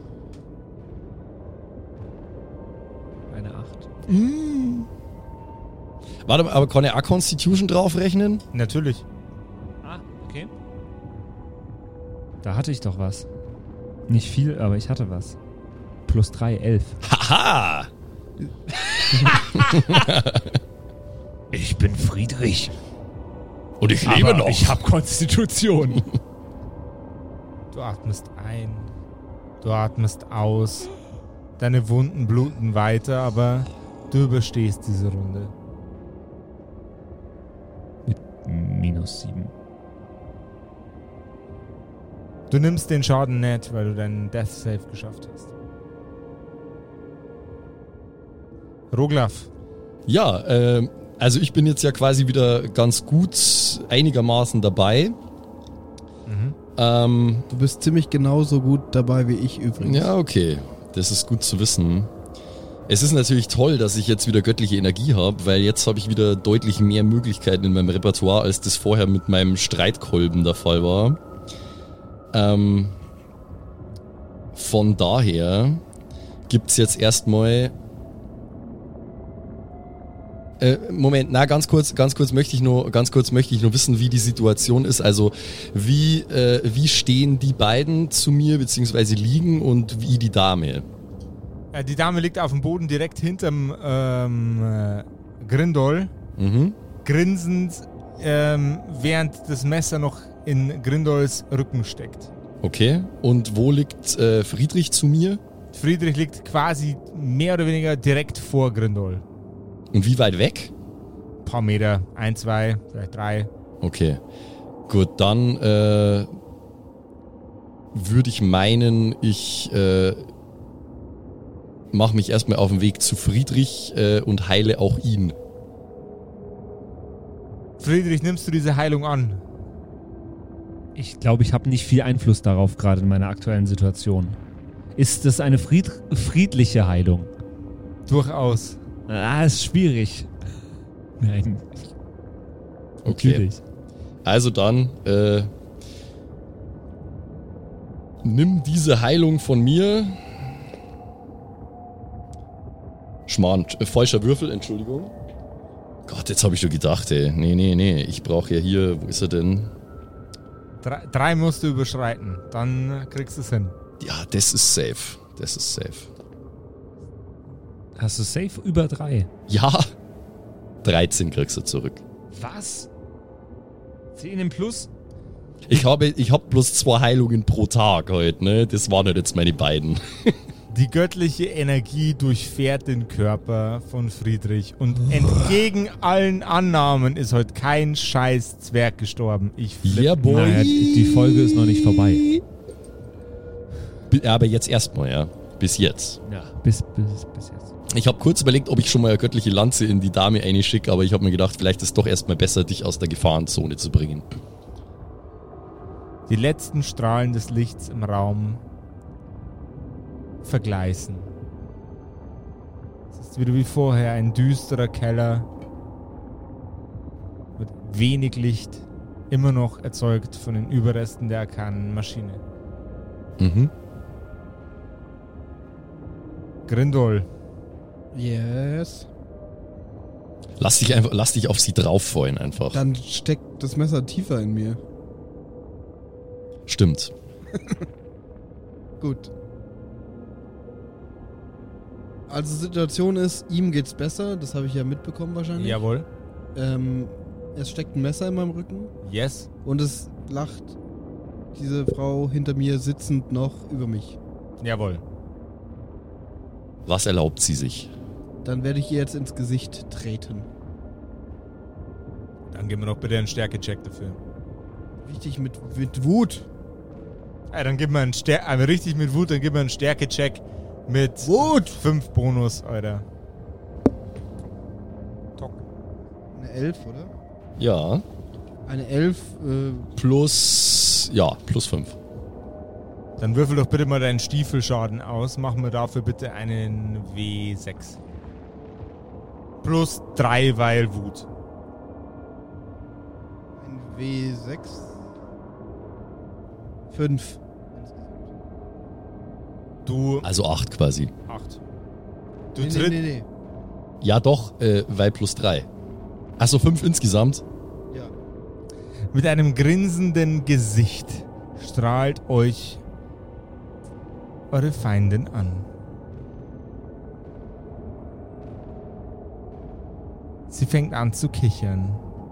Eine acht. Mm. Warte mal, aber kann er auch Constitution draufrechnen? Natürlich. Ah, okay. Da hatte ich doch was. Nicht viel, aber ich hatte was. Plus drei, elf. Haha! Ich bin Friedrich. Und ich lebe aber noch. Ich habe Konstitution. Du atmest ein. Du atmest aus. Deine Wunden bluten weiter, aber du überstehst diese Runde. Mit minus sieben. Du nimmst den Schaden nicht, weil du deinen Death Save geschafft hast. Roglaf. Ja, äh, also ich bin jetzt ja quasi wieder ganz gut einigermaßen dabei. Mhm. Ähm, Du bist ziemlich genauso gut dabei wie ich übrigens. ja, okay. Das ist gut zu wissen. Es ist natürlich toll, dass ich jetzt wieder göttliche Energie habe, weil jetzt habe ich wieder deutlich mehr Möglichkeiten in meinem Repertoire, als das vorher mit meinem Streitkolben der Fall war. Ähm, von daher gibt es jetzt erstmal... Äh, Moment, na ganz kurz, ganz kurz möchte ich nur, ganz kurz möchte ich nur wissen, wie die Situation ist. Also wie, äh, wie stehen die beiden zu mir beziehungsweise liegen und wie die Dame? Äh, die Dame liegt auf dem Boden direkt hinterm ähm, äh, Grindol, Mhm. grinsend, ähm, während das Messer noch in Grindols Rücken steckt. Okay. Und wo liegt äh, Friedrich zu mir? Friedrich liegt quasi mehr oder weniger direkt vor Grindol. Und wie weit weg? Ein paar Meter, ein, zwei, vielleicht drei. Okay. Gut, dann äh, würde ich meinen, ich äh, mache mich erstmal auf den Weg zu Friedrich äh, und heile auch ihn. Friedrich, nimmst du diese Heilung an? Ich glaube, ich habe nicht viel Einfluss darauf, gerade in meiner aktuellen Situation. Ist das eine fried friedliche Heilung? Durchaus. Ah, ist schwierig. Nein. Okay. Natürlich. Also dann, äh, nimm diese Heilung von mir. Schmarrn, äh, falscher Würfel, Entschuldigung. Gott, jetzt habe ich schon gedacht, ey. Nee, nee, nee, ich brauche ja hier, wo ist er denn? Drei, drei musst du überschreiten, dann kriegst du es hin. Ja, das ist safe. Das ist safe. Hast du safe über drei? Ja, dreizehn kriegst du zurück. Was? zehn im Plus? Ich habe, ich habe bloß zwei Heilungen pro Tag heute, ne? Das waren halt jetzt meine beiden. Die göttliche Energie durchfährt den Körper von Friedrich und entgegen allen Annahmen ist heute kein scheiß Zwerg gestorben. Ich flipp. Ja, boy. Naja, die Folge ist noch nicht vorbei. Aber jetzt erstmal, ja. Bis jetzt. Ja. Bis, bis, bis jetzt. Ich habe kurz überlegt, ob ich schon mal eine göttliche Lanze in die Dame einschicke, aber ich habe mir gedacht, vielleicht ist es doch erstmal besser, dich aus der Gefahrenzone zu bringen. Die letzten Strahlen des Lichts im Raum vergleißen. Es ist wieder wie vorher ein düsterer Keller mit wenig Licht, immer noch erzeugt von den Überresten der arkanen Maschine. Mhm. Grindol, Yes. Lass dich einfach, lass dich auf sie drauf freuen einfach. Dann steckt das Messer tiefer in mir. Stimmt. Gut. Also Situation ist, ihm geht's besser, das habe ich ja mitbekommen wahrscheinlich. jawohl, Ähm, es steckt ein Messer in meinem Rücken yes, und es lacht diese Frau hinter mir sitzend noch über mich. jawohl. Was erlaubt sie sich? Dann werde ich ihr jetzt ins Gesicht treten. Dann gib mir doch bitte einen Stärke-Check dafür. Richtig mit, mit Wut. Ja, dann gib mir einen Stärke, also richtig mit Wut, dann gib mir einen Stärke-Check mit Wut! fünf Bonus, Alter. Tock. Eine Elf, oder? Ja. Eine Elf, äh, Plus, ja, plus fünf. Dann würfel doch bitte mal deinen Stiefelschaden aus. Mach mir dafür bitte einen W sechs. plus drei, weil Wut. Ein W sechs. fünf. Du Also acht quasi. acht. Du Nee, nee, tritt, nee, nee. Ja doch, äh, weil plus drei. Achso, fünf insgesamt. Ja. mit einem grinsenden Gesicht strahlt euch eure Feindin an. Sie fängt an zu kichern.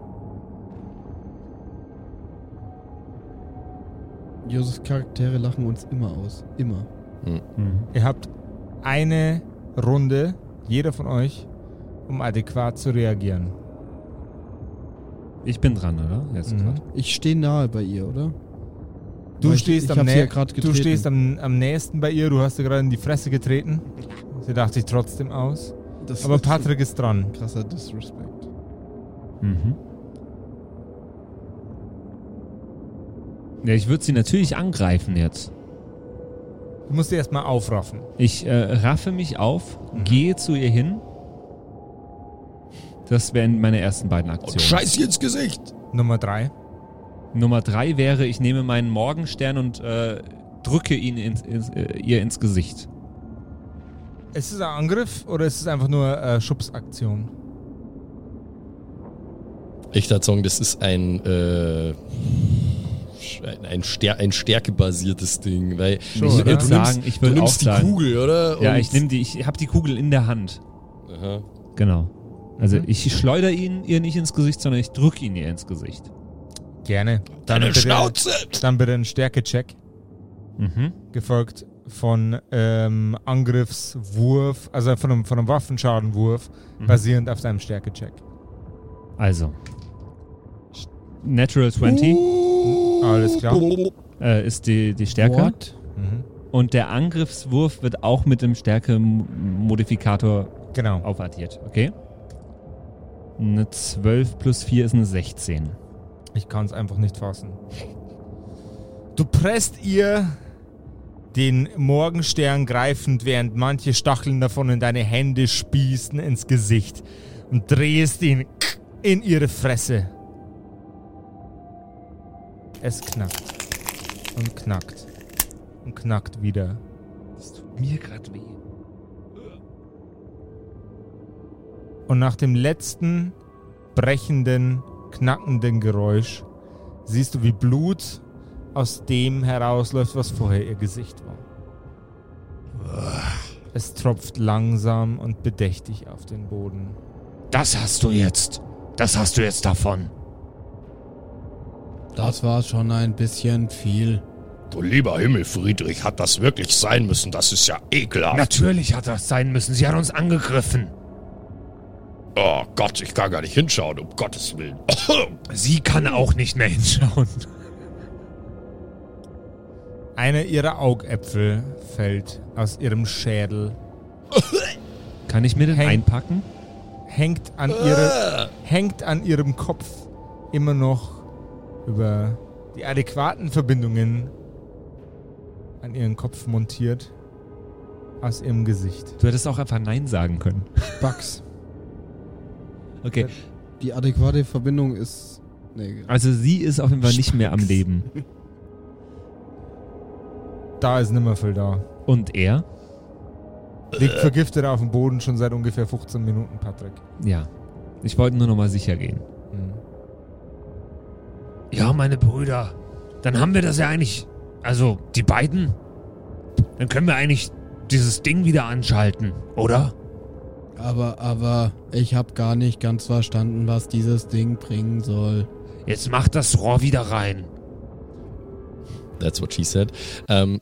Josefs Charaktere lachen uns immer aus. Immer. Hm. Ihr habt eine Runde, jeder von euch, um adäquat zu reagieren. Ich bin dran, oder? Jetzt Mhm. grad. Ich stehe nahe bei ihr, oder? Du Weil ich- stehst, ich am, hab sie nä ja grad du getreten. stehst am, am nächsten bei ihr, du hast ihr gerade in die Fresse getreten. Sie dachte sich trotzdem aus. Das Aber ist Patrick ist dran. ein krasser Disrespect. Mhm. Ja, ich würde sie natürlich angreifen jetzt. Du musst sie erstmal aufraffen. Ich äh, raffe mich auf, gehe zu ihr hin. Das wären meine ersten beiden Und Aktionen. scheiß ihr ins Gesicht. Nummer drei. Nummer drei wäre, ich nehme meinen Morgenstern und äh, drücke ihn ins, ins, äh, ihr ins Gesicht. Ist es ein Angriff oder ist es einfach nur äh, Schubsaktion? Ich würde sagen, das ist ein, äh, ein, ein, Stär ein stärkebasiertes Ding, weil Schon, ich oder? würde du sagen, nimmst, ich du würde auch nimmst die sagen. Kugel, oder? Ja, Und- ich nehme die, ich habe die Kugel in der Hand. Aha. Genau. Also Mhm. ich schleudere ihn ihr nicht ins Gesicht, sondern ich drücke ihn ihr ins Gesicht. Gerne. Dann Deine bitte, Schnauze! dann bitte ein Stärke-Check, Mhm. gefolgt von ähm, Angriffswurf, also von einem, von einem Waffenschadenwurf, Mhm. basierend auf deinem Stärke-Check. Also. Natural zwanzig Alles klar. äh, ist die, die Stärke. What? Mhm. Und der Angriffswurf wird auch mit dem Stärke-Modifikator Genau. aufaddiert, okay? Eine zwölf plus vier ist eine sechzehn. Ich kann es einfach nicht fassen. Du presst ihr den Morgenstern greifend, während manche Stacheln davon in deine Hände spießen, ins Gesicht und drehst ihn in ihre Fresse. Es knackt und knackt und knackt wieder. Das tut mir gerade weh. Und nach dem letzten brechenden, knackenden Geräusch siehst du, wie Blut aus dem herausläuft, was vorher ihr Gesicht war. Es tropft langsam und bedächtig auf den Boden. Das hast du jetzt. Das hast du jetzt davon. Das war schon ein bisschen viel. Du lieber Himmel, Friedrich, hat das wirklich sein müssen? Das ist ja ekelhaft. Natürlich hat das sein müssen. Sie hat uns angegriffen. Oh Gott, ich kann gar nicht hinschauen, um Gottes Willen. Sie kann auch nicht mehr hinschauen. Einer ihrer Augäpfel fällt aus ihrem Schädel, Kann ich mir den Häng- einpacken? hängt an, ihre, hängt an ihrem Kopf immer noch über die adäquaten Verbindungen an ihren Kopf montiert aus ihrem Gesicht. Du hättest auch einfach Nein sagen können. Bugs. Okay, Die adäquate Verbindung ist. Nee. also sie ist auf jeden Fall nicht mehr am Leben. Da ist nimmer viel da. Und er? Liegt vergiftet auf dem Boden schon seit ungefähr fünfzehn Minuten, Patrick. Ja. Ich wollte nur noch mal sicher gehen. Mhm. Ja, meine Brüder. Dann haben wir das ja eigentlich. Also, die beiden. Dann können wir eigentlich dieses Ding wieder anschalten, oder? Aber, aber, ich habe gar nicht ganz verstanden, was dieses Ding bringen soll. Jetzt macht das Rohr wieder rein. That's what she said. Ähm,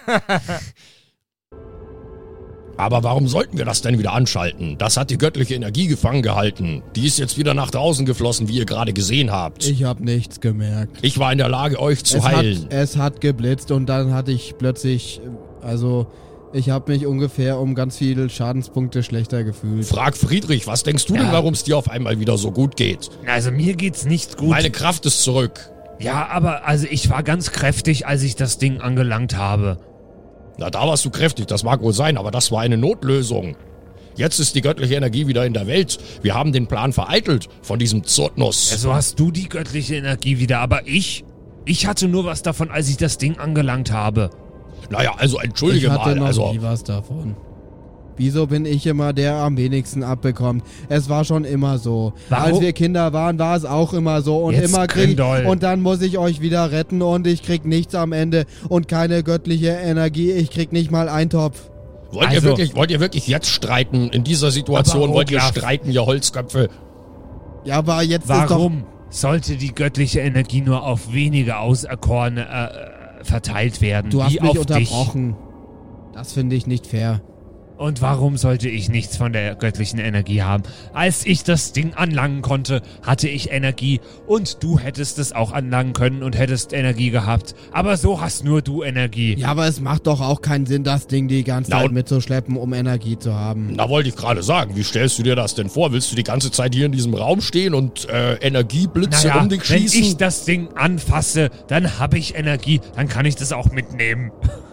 Aber warum sollten wir das denn wieder anschalten? Das hat die göttliche Energie gefangen gehalten. Die ist jetzt wieder nach draußen geflossen, wie ihr gerade gesehen habt. Ich habe nichts gemerkt. Ich war in der Lage, euch zu es heilen. Hat, es hat geblitzt und dann hatte ich plötzlich, also ich habe mich ungefähr um ganz viele Schadenspunkte schlechter gefühlt. Frag Friedrich, was denkst du denn, Ja. warum es dir auf einmal wieder so gut geht? Also, mir geht's nicht gut. Meine Kraft ist zurück. ja, aber also ich war ganz kräftig, als ich das Ding angelangt habe. Na, da warst du kräftig, das mag wohl sein, aber das war eine Notlösung. Jetzt ist die göttliche Energie wieder in der Welt. Wir haben den Plan vereitelt von diesem Zurtnuss. Ja, so hast du die göttliche Energie wieder, aber ich? Ich hatte nur was davon, als ich das Ding angelangt habe. Naja, also entschuldige ich hatte mal. noch Also, nie was davon. Wieso bin ich immer der am wenigsten abbekommt? Es war schon immer so. Warum? Als wir Kinder waren, war es auch immer so. Und Jetzt immer krieg Grindol. und dann muss ich euch wieder retten und ich krieg nichts am Ende und keine göttliche Energie. Ich krieg nicht mal einen Topf. wollt, Also- ihr wirklich, wollt ihr wirklich jetzt streiten in dieser Situation? Aber Wollt ihr Olaf- streiten, ihr Holzköpfe? Ja, aber jetzt ist doch... Warum sollte die göttliche Energie nur auf wenige Auserkorene äh, verteilt werden? Du wie hast mich auf unterbrochen. Das finde ich nicht fair. Dich? Und warum sollte ich nichts von der göttlichen Energie haben? Als ich das Ding anlangen konnte, hatte ich Energie und du hättest es auch anlangen können und hättest Energie gehabt. Aber so hast nur du Energie. Ja, aber es macht doch auch keinen Sinn, das Ding die ganze Na Zeit und- mitzuschleppen, um Energie zu haben. Da wollte ich gerade sagen, wie stellst du dir das denn vor? Willst du die ganze Zeit hier in diesem Raum stehen und äh, Energieblitze Naja, um dich wenn schießen? ich das Ding anfasse, dann habe ich Energie, dann kann ich das auch mitnehmen.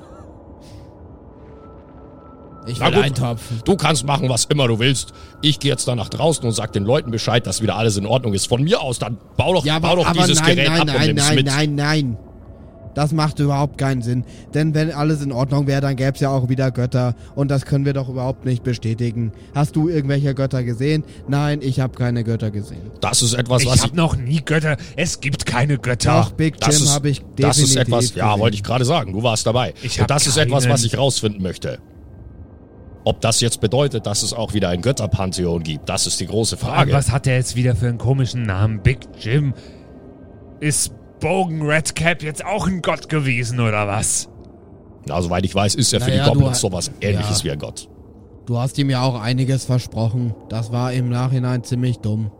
Ich Na will gut. einen Topf. Du kannst machen, was immer du willst. Ich gehe jetzt da nach draußen und sag den Leuten Bescheid, dass wieder alles in Ordnung ist. Von mir aus, dann bau doch, Ja, bau aber, doch aber dieses nein, Gerät nein, ab und nein, nimm's nein, mit. nein, nein. Das macht überhaupt keinen Sinn. Denn wenn alles in Ordnung wäre, dann gäbe es ja auch wieder Götter. Und das können wir doch überhaupt nicht bestätigen. Hast du irgendwelche Götter gesehen? Nein, ich habe keine Götter gesehen. Das ist etwas, Ich was habe noch nie Götter. Es gibt keine Götter. Doch, Big das Jim ist, habe ich definitiv das ist etwas, ja, gesehen. wollte ich gerade sagen, du warst dabei. Ich und hab das ist etwas, keinen. was ich rausfinden möchte. Ob das jetzt bedeutet, dass es auch wieder ein Götterpantheon gibt, das ist die große Frage. Was hat der jetzt wieder für einen komischen Namen? Big Jim? Ist Bogan Redcap jetzt auch ein Gott gewesen oder was? Na, soweit ich weiß, ist er für Naja, die du Goblins ha- sowas ähnliches ja. wie ein Gott. Du hast ihm ja auch einiges versprochen. Das war im Nachhinein ziemlich dumm.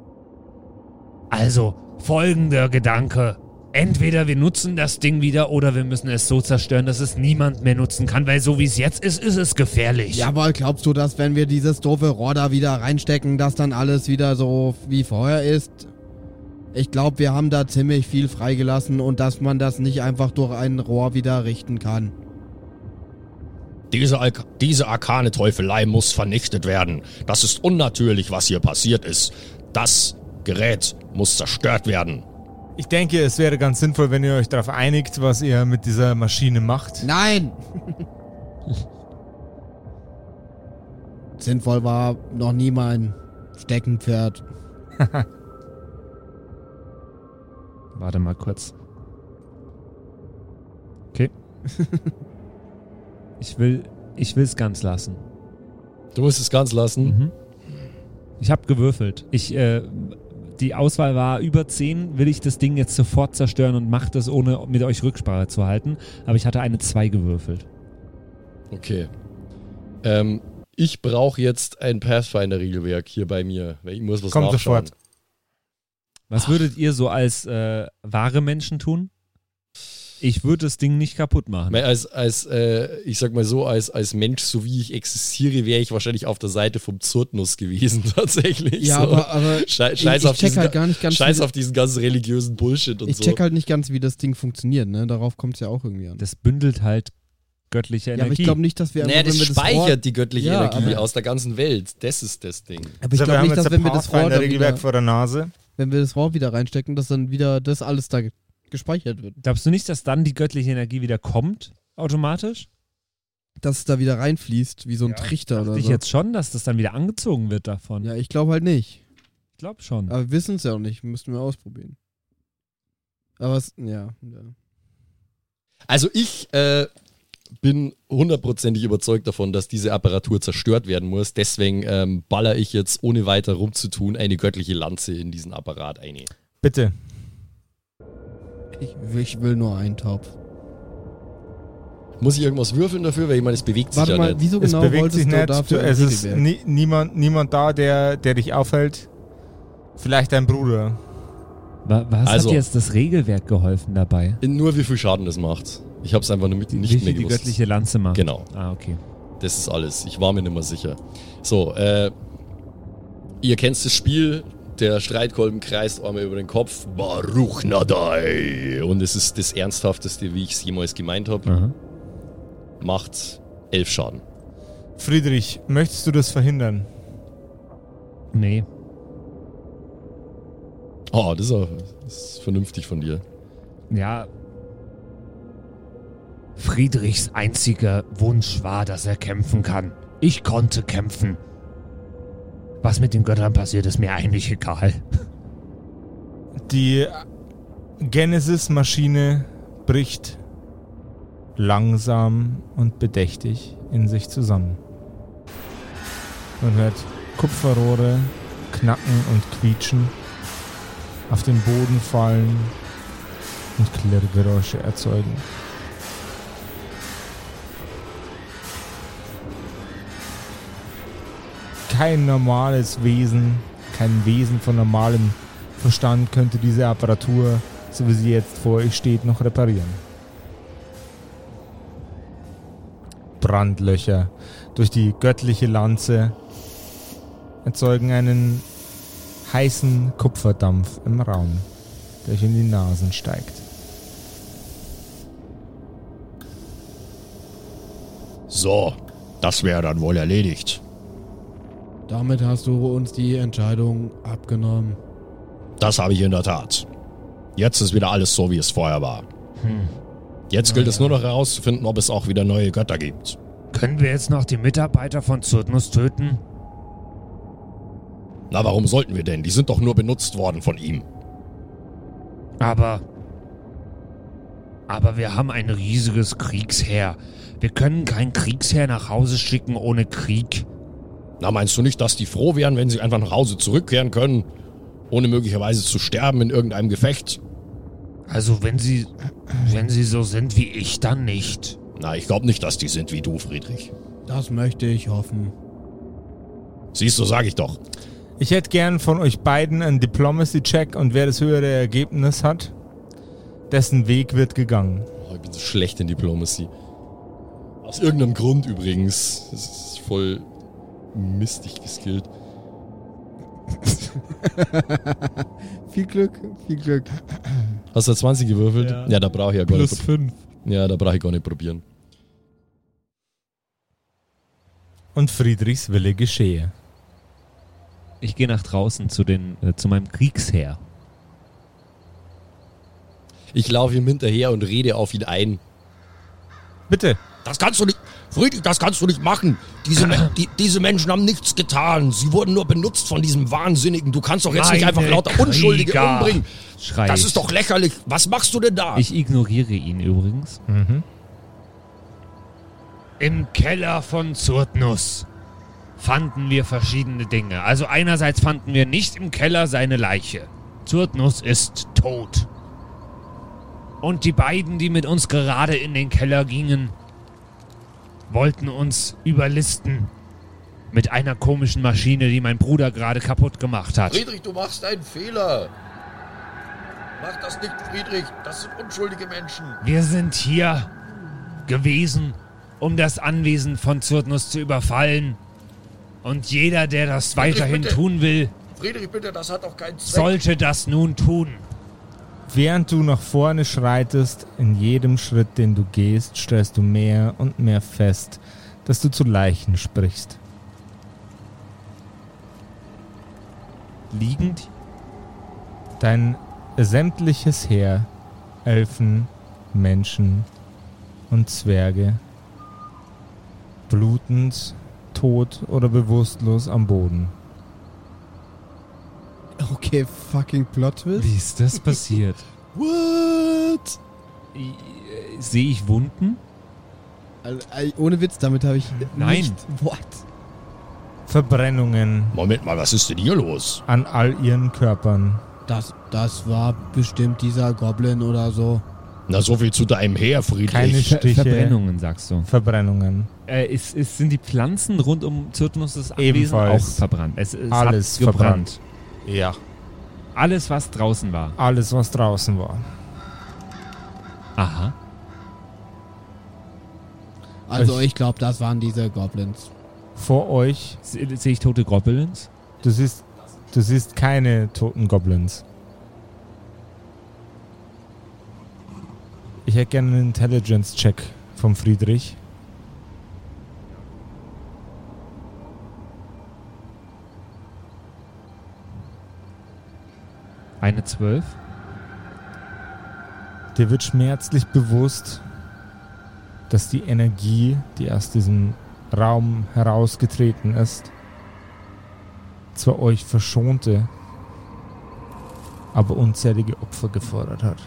Also, folgender Gedanke. Entweder wir nutzen das Ding wieder oder wir müssen es so zerstören, dass es niemand mehr nutzen kann, weil so wie es jetzt ist, ist es gefährlich. Jawohl, glaubst du, dass wenn wir dieses doofe Rohr da wieder reinstecken, dass dann alles wieder so wie vorher ist? Ich glaube, wir haben da ziemlich viel freigelassen und dass man das nicht einfach durch ein Rohr wieder richten kann. Diese, Alk diese arkane Teufelei muss vernichtet werden. Das ist unnatürlich, was hier passiert ist. Das Gerät muss zerstört werden. Ich denke, es wäre ganz sinnvoll, wenn ihr euch darauf einigt, was ihr mit dieser Maschine macht. Nein! Sinnvoll war noch nie mein Steckenpferd. Warte mal kurz. Okay. Ich will ich will es ganz lassen. Du musst es ganz lassen. Mhm. Ich habe gewürfelt. Ich äh, die Auswahl war über zehn. Will ich das Ding jetzt sofort zerstören und mache das, ohne mit euch Rücksprache zu halten. Aber ich hatte eine zwei gewürfelt. Okay. Ähm, ich brauche jetzt ein Pathfinder-Regelwerk hier bei mir, weil ich muss was Kommt nachschauen. sofort. Was würdet ihr so als äh, wahre Menschen tun? Ich würde das Ding nicht kaputt machen. Weil Als, als äh, ich sag mal so, als, als Mensch, so wie ich existiere, wäre ich wahrscheinlich auf der Seite vom Zurtnuss gewesen, tatsächlich. Ja, so. aber, aber Schei- ich, Scheiß ich auf check diesen, halt gar nicht ganz, Scheiß wie, auf diesen ganzen religiösen Bullshit und ich so. check halt nicht ganz, wie das Ding funktioniert, ne? Darauf kommt es ja auch irgendwie an. Das bündelt halt göttliche Ja, aber Energie. ich glaube nicht, dass wir naja, einfach, das wenn wir das speichert Rohr, die göttliche Ja, Energie aber- aus der ganzen Welt. Das ist das Ding. aber ich Also, wir glaube haben nicht, jetzt dass ein wenn wir das Rohr, da Pathfinder-Regelwerk wieder, vor der Nase. wenn wir das Rohr wieder reinstecken, dass dann wieder das alles da ge- gespeichert wird. Glaubst du nicht, dass dann die göttliche Energie wieder kommt, automatisch? Dass es da wieder reinfließt, wie so ein Trichter oder Dachte ich so. jetzt schon, dass das dann wieder angezogen wird davon. Ja, ich glaube halt nicht. Ich glaube schon. Aber wir wissen es ja auch nicht. Müssten wir ausprobieren. Aber es, ja. ja. Also ich äh, bin hundertprozentig überzeugt davon, dass diese Apparatur zerstört werden muss. Deswegen ähm, baller ich jetzt, ohne weiter rumzutun, eine göttliche Lanze in diesen Apparat ein. Bitte. Ich, ich will nur einen Topf. Muss ich irgendwas würfeln dafür? Weil ich meine, es bewegt sich Warte ja mal, nicht. wieso Es genau bewegt wolltest sich du nicht. dafür Du, ein es ist Regelwerk? nie, niemand, niemand da, der, der dich aufhält. Vielleicht dein Bruder. Wa- Was Also- hat dir jetzt das Regelwerk geholfen dabei? Nur wie viel Schaden das macht. Ich habe es einfach nur mit, Wie nicht viel mehr die gewusst. göttliche Lanze macht? Genau. Ah, okay. Das ist alles. Ich war mir nicht mehr sicher. So, äh, ihr kennt das Spiel. Der Streitkolben kreist einmal über den Kopf. Baruch Nadai. Und es ist das Ernsthafteste, wie ich es jemals gemeint habe. Aha. Macht elf Schaden. Friedrich, möchtest du das verhindern? Nee. Oh, das ist, auch, das ist vernünftig von dir. Ja. Friedrichs einziger Wunsch war, dass er kämpfen kann. Ich konnte kämpfen. Was mit den Göttern passiert, ist mir eigentlich egal. Die Genesis-Maschine bricht langsam und bedächtig in sich zusammen. Man hört Kupferrohre knacken und quietschen, auf den Boden fallen und Klirrgeräusche erzeugen. Kein normales Wesen, kein Wesen von normalem Verstand könnte diese Apparatur, so wie sie jetzt vor euch steht, noch reparieren. Brandlöcher durch die göttliche Lanze erzeugen einen heißen Kupferdampf im Raum, der euch in die Nasen steigt. So, das wäre dann wohl erledigt. Damit hast du uns die Entscheidung abgenommen. Das habe ich in der Tat. Jetzt ist wieder alles so, wie es vorher war. Jetzt gilt es nur noch herauszufinden, ob es auch wieder neue Götter gibt. Können wir jetzt noch die Mitarbeiter von Zyrtnus töten? Na, warum sollten wir denn? Die sind doch nur benutzt worden von ihm. Aber... Aber wir haben ein riesiges Kriegsheer. Wir können kein Kriegsheer nach Hause schicken ohne Krieg. Na, meinst du nicht, dass die froh wären, wenn sie einfach nach Hause zurückkehren können, ohne möglicherweise zu sterben in irgendeinem Gefecht? Also wenn sie... Wenn sie so sind wie ich, dann nicht. Na, ich glaube nicht, dass die sind wie du, Friedrich. Das möchte ich hoffen. Siehst du, sag ich doch. Ich hätte gern von euch beiden einen Diplomacy-Check und wer das höhere Ergebnis hat, dessen Weg wird gegangen. Oh, ich bin so schlecht in Diplomacy. Aus irgendeinem Grund übrigens. Das ist voll mistig geskillt. Viel Glück, viel Glück. Hast du zwanzig gewürfelt? Ja. Ja, da brauche ich ja gar Plus nicht. fünf. Ja, da brauche ich gar nicht probieren. Und Friedrichs Wille geschehe. Ich gehe nach draußen zu, den, äh, zu meinem Kriegsheer. Ich laufe ihm hinterher und rede auf ihn ein. Bitte. Das kannst du nicht, Friedrich, das kannst du nicht machen. Diese, Me die, diese Menschen haben nichts getan. Sie wurden nur benutzt von diesem Wahnsinnigen. Du kannst doch jetzt nicht Meine einfach lauter Unschuldige Krieger, umbringen. schrei Das ich. ist doch lächerlich. Was machst du denn da? Ich ignoriere ihn übrigens. Mhm. Im Keller von Zyrtnus fanden wir verschiedene Dinge. Also einerseits fanden wir nicht im Keller seine Leiche. Zyrtnus ist tot. Und die beiden, die mit uns gerade in den Keller gingen, wollten uns überlisten mit einer komischen Maschine, die mein Bruder gerade kaputt gemacht hat. Friedrich, du machst einen Fehler. Mach das nicht, Friedrich. Das sind unschuldige Menschen. Wir sind hier gewesen, um das Anwesen von Zyrtnus zu überfallen. Und jeder, der das weiterhin bitte. tun will, Friedrich, bitte, das hat doch keinen Zweck. sollte das nun tun. Während du nach vorne schreitest, in jedem Schritt, den du gehst, stellst du mehr und mehr fest, dass du zu Leichen sprichst. Liegend? Dein sämtliches Heer, Elfen, Menschen und Zwerge, blutend, tot oder bewusstlos am Boden. Okay, fucking Plot-Twist. Wie ist das passiert? What? I- äh, Sehe ich Wunden? Also, ey, ohne Witz, damit habe ich Nein. nicht... What? Verbrennungen Moment mal, was ist denn hier los? an all ihren Körpern. Das, das war bestimmt dieser Goblin oder so. Na, so viel zu deinem Heer, Friedrich. Keine Ver Stiche. Verbrennungen, sagst du. Verbrennungen. Äh, ist, ist, sind die Pflanzen rund um Zyrtnus' Anwesen Ebenfalls. auch verbrannt? Es, es Alles hat gebrannt. verbrannt. Ja. Alles, was draußen war. Alles, was draußen war. Aha. Also Ich- ich glaube, das waren diese Goblins. Vor euch, Se- Sehe ich tote Goblins? du siehst, du siehst keine toten Goblins. Ich hätte gerne einen Intelligence-Check vom Friedrich. Eine zwölf. Dir wird schmerzlich bewusst, dass die Energie, die aus diesem Raum herausgetreten ist, zwar euch verschonte, aber unzählige Opfer gefordert hat.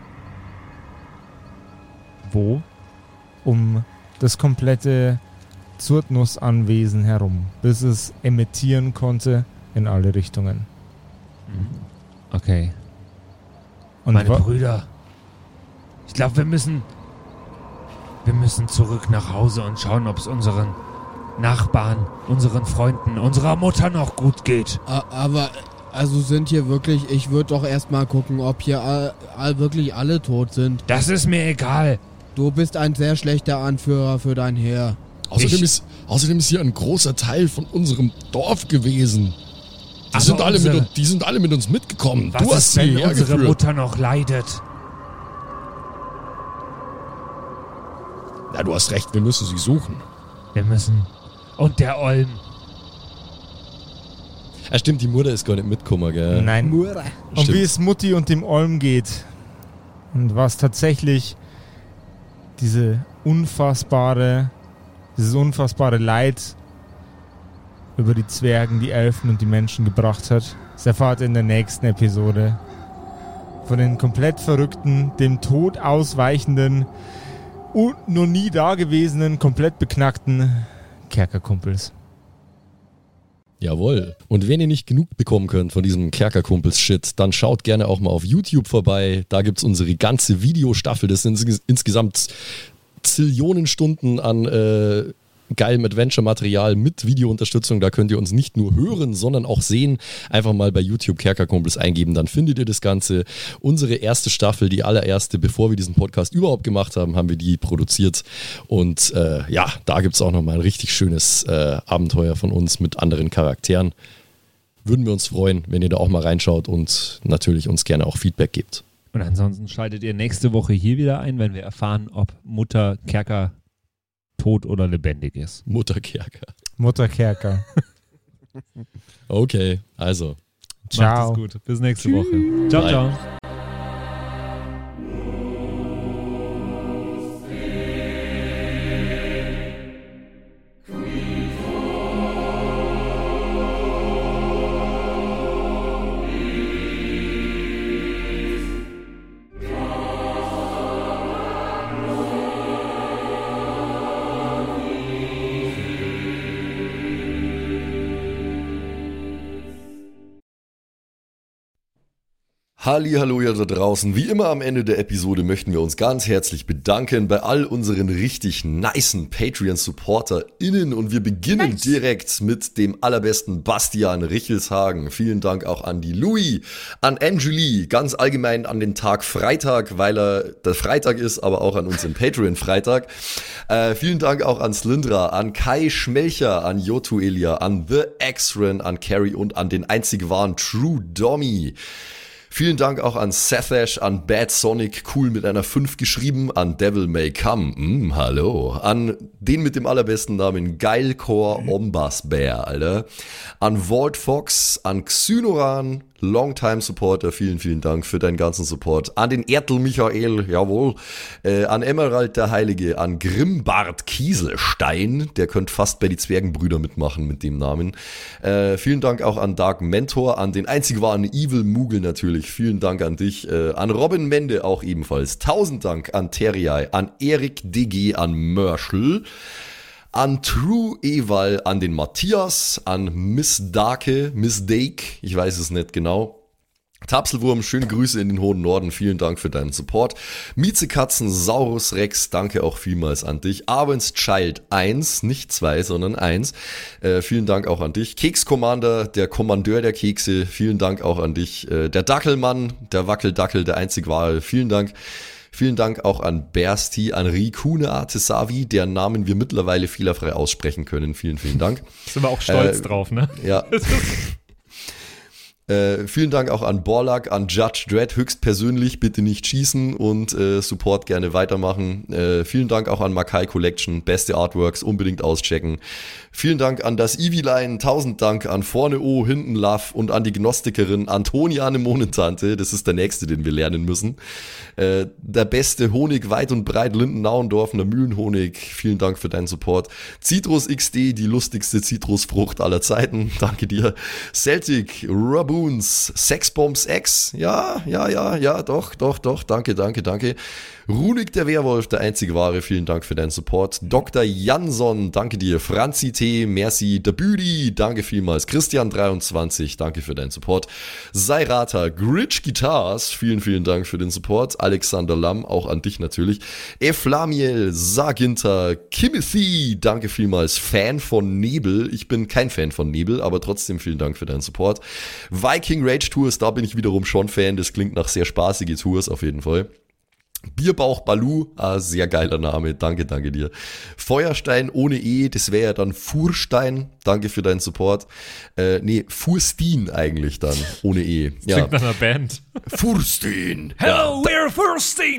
Wo? Um das komplette Zurtnus-Anwesen herum, bis es emittieren konnte in alle Richtungen. Okay. Und Meine wa- Brüder, ich glaube, wir müssen, wir müssen zurück nach Hause und schauen, ob es unseren Nachbarn, unseren Freunden, unserer Mutter noch gut geht. A- Aber, also sind hier wirklich, ich würde doch erstmal gucken, ob hier all, all, wirklich alle tot sind. Das ist mir egal. Du bist ein sehr schlechter Anführer für dein Heer. Außerdem Ich- ist, außerdem ist hier ein großer Teil von unserem Dorf gewesen. Die, Aber sind, alle mit, unsere- uns- die sind alle mit uns mitgekommen. Was du hast ist, sie wenn unsere hergeführt. Mutter noch leidet? Ja, du hast recht, wir müssen sie suchen. Wir müssen. Und der Olm. Ja, stimmt, die Mutter ist gar nicht mitgekommen, gell? Nein. Mura. Und Stimmt. wie es Mutti und dem Olm geht. Und was tatsächlich diese unfassbare, dieses unfassbare Leid über die Zwergen, die Elfen und die Menschen gebracht hat, das erfahrt ihr in der nächsten Episode. Von den komplett verrückten, dem Tod ausweichenden und noch nie dagewesenen, komplett beknackten Kerkerkumpels. Jawohl. Und wenn ihr nicht genug bekommen könnt von diesem Kerkerkumpels-Shit, dann schaut gerne auch mal auf YouTube vorbei. Da gibt's unsere ganze Videostaffel. Das sind ins- insgesamt Zillionen Stunden an äh, geilem Adventure-Material mit Videounterstützung. Da könnt ihr uns nicht nur hören, sondern auch sehen. Einfach mal bei YouTube Kerkerkumpels eingeben, dann findet ihr das Ganze. Unsere erste Staffel, die allererste, bevor wir diesen Podcast überhaupt gemacht haben, haben wir die produziert. Und äh, ja, da gibt es auch nochmal ein richtig schönes äh, Abenteuer von uns mit anderen Charakteren. Würden wir uns freuen, wenn ihr da auch mal reinschaut und natürlich uns gerne auch Feedback gebt. Und ansonsten schaltet ihr nächste Woche hier wieder ein, wenn wir erfahren, ob Mutter Kerker tot oder lebendig ist. Mutterkerker. Mutter Kerker. Okay, also. Ciao. Macht es gut. Bis nächste Woche. Ciao, Bye. ciao. Hallihallo ihr da draußen. Wie immer am Ende der Episode möchten wir uns ganz herzlich bedanken bei all unseren richtig nicen Patreon-SupporterInnen und wir beginnen nice. direkt mit dem allerbesten Bastian Richelshagen. Vielen Dank auch an die Louis, an Angeli, ganz allgemein an den Tag Freitag, weil er der Freitag ist, aber auch an uns im Patreon-Freitag. Äh, vielen Dank auch an Slyndra, an Kai Schmelcher, an Jotu Elia, an The X-Ren, an Carrie und an den einzig wahren True Dommy. Vielen Dank auch an Sethash, an Bad Sonic, cool mit einer fünf geschrieben, an Devil May Come, mm, hallo, an den mit dem allerbesten Namen Geilcore Ombas Bear, Alter, an Vault Fox, an Xynoran, Longtime Supporter, vielen, vielen Dank für deinen ganzen Support, an den Ertel Michael, jawohl, äh, an Emerald der Heilige, an Grimbart Kieselstein, der könnte fast bei die Zwergenbrüder mitmachen mit dem Namen, äh, vielen Dank auch an Dark Mentor, an den einzig wahren Evil Moogle natürlich, vielen Dank an dich, äh, an Robin Mende auch ebenfalls, tausend Dank an Terjai, an Erik D G, an Mörschel, an True Eval, an den Matthias, an Miss Darke, Miss Dake, ich weiß es nicht genau. Tapselwurm, schöne Grüße in den hohen Norden, vielen Dank für deinen Support. Miezekatzen, Saurus Rex, danke auch vielmals an dich. Abends Child eins, nicht zwei, sondern eins, äh, vielen Dank auch an dich. Keks Commander, der Kommandeur der Kekse, vielen Dank auch an dich. Äh, der Dackelmann, der Wackeldackel, der einzig wahre, vielen Dank. Vielen Dank auch an Bersti, an Rikune Artesavi, deren Namen wir mittlerweile fehlerfrei aussprechen können. Vielen, vielen Dank. Sind wir auch stolz Äh, drauf, ne? Ja. Äh, vielen Dank auch an Borlak, an Judge Dredd höchstpersönlich, bitte nicht schießen und äh, Support gerne weitermachen. Äh, vielen Dank auch an Makai Collection, beste Artworks, unbedingt auschecken. Vielen Dank an das Eviline, tausend Dank an Vorne O, Hinten Love und an die Gnostikerin Antoniane Monentante, das ist der nächste, den wir lernen müssen. Äh, der beste Honig weit und breit, Linden-Nauendorfener Mühlenhonig, vielen Dank für deinen Support. Citrus X D, die lustigste Zitrusfrucht aller Zeiten, danke dir. Celtic, Raboons, Sexbombs X, ja, ja, ja, ja, doch, doch, doch, danke, danke, danke. Runik der Werwolf, der einzige wahre, vielen Dank für deinen Support. Doktor Jansson, danke dir. Franzi T, merci. Der Büdi, danke vielmals. Christian dreiundzwanzig, danke für deinen Support. Sairata, Gritch Guitars, vielen, vielen Dank für den Support. Alexander Lamm, auch an dich natürlich. Eflamiel, Saginter, Kimothy, danke vielmals. Fan von Nebel, ich bin kein Fan von Nebel, aber trotzdem vielen Dank für deinen Support. Viking Rage Tours, da bin ich wiederum schon Fan, das klingt nach sehr spaßige Tours auf jeden Fall. Bierbauch Balu, ah, sehr geiler Name, danke, danke dir. Feuerstein ohne E, das wäre ja dann Furstein, danke für deinen Support. Äh, nee, Furstin eigentlich dann, ohne E. Das klingt nach einer Band. Furstin. Hello, we're Furstin.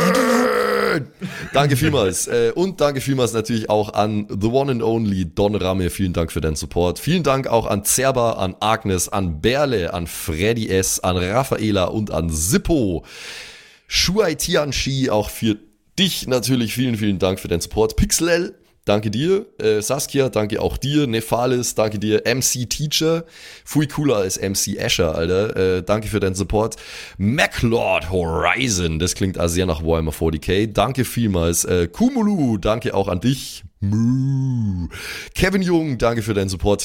Danke vielmals. äh, und danke vielmals natürlich auch an The One and Only Don Ramme, vielen Dank für deinen Support. Vielen Dank auch an Zerba, an Agnes, an Berle, an Freddy S., an Raffaela und an Sippo. Shuai Tianchi, auch für dich natürlich vielen, vielen Dank für deinen Support. Pixelel, danke dir. Äh, Saskia, danke auch dir. Nephalis, danke dir. M C Teacher, fui cooler als M C Asher, Alter. Äh, danke für deinen Support. MacLord Horizon, das klingt also sehr nach Warhammer forty K. Danke vielmals. Äh, Kumulu, danke auch an dich. Moo. Kevin Jung, danke für deinen Support.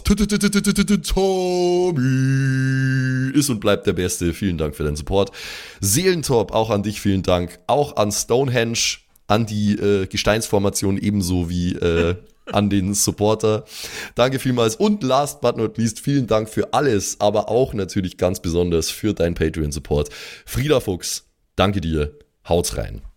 Tommy ist und bleibt der Beste. Vielen Dank für deinen Support. Seelentop, auch an dich vielen Dank. Auch an Stonehenge, an die äh, Gesteinsformation ebenso wie äh, an den Supporter. Danke vielmals. Und last but not least, vielen Dank für alles, aber auch natürlich ganz besonders für deinen Patreon-Support. Frieda Fuchs, danke dir. Haut's rein.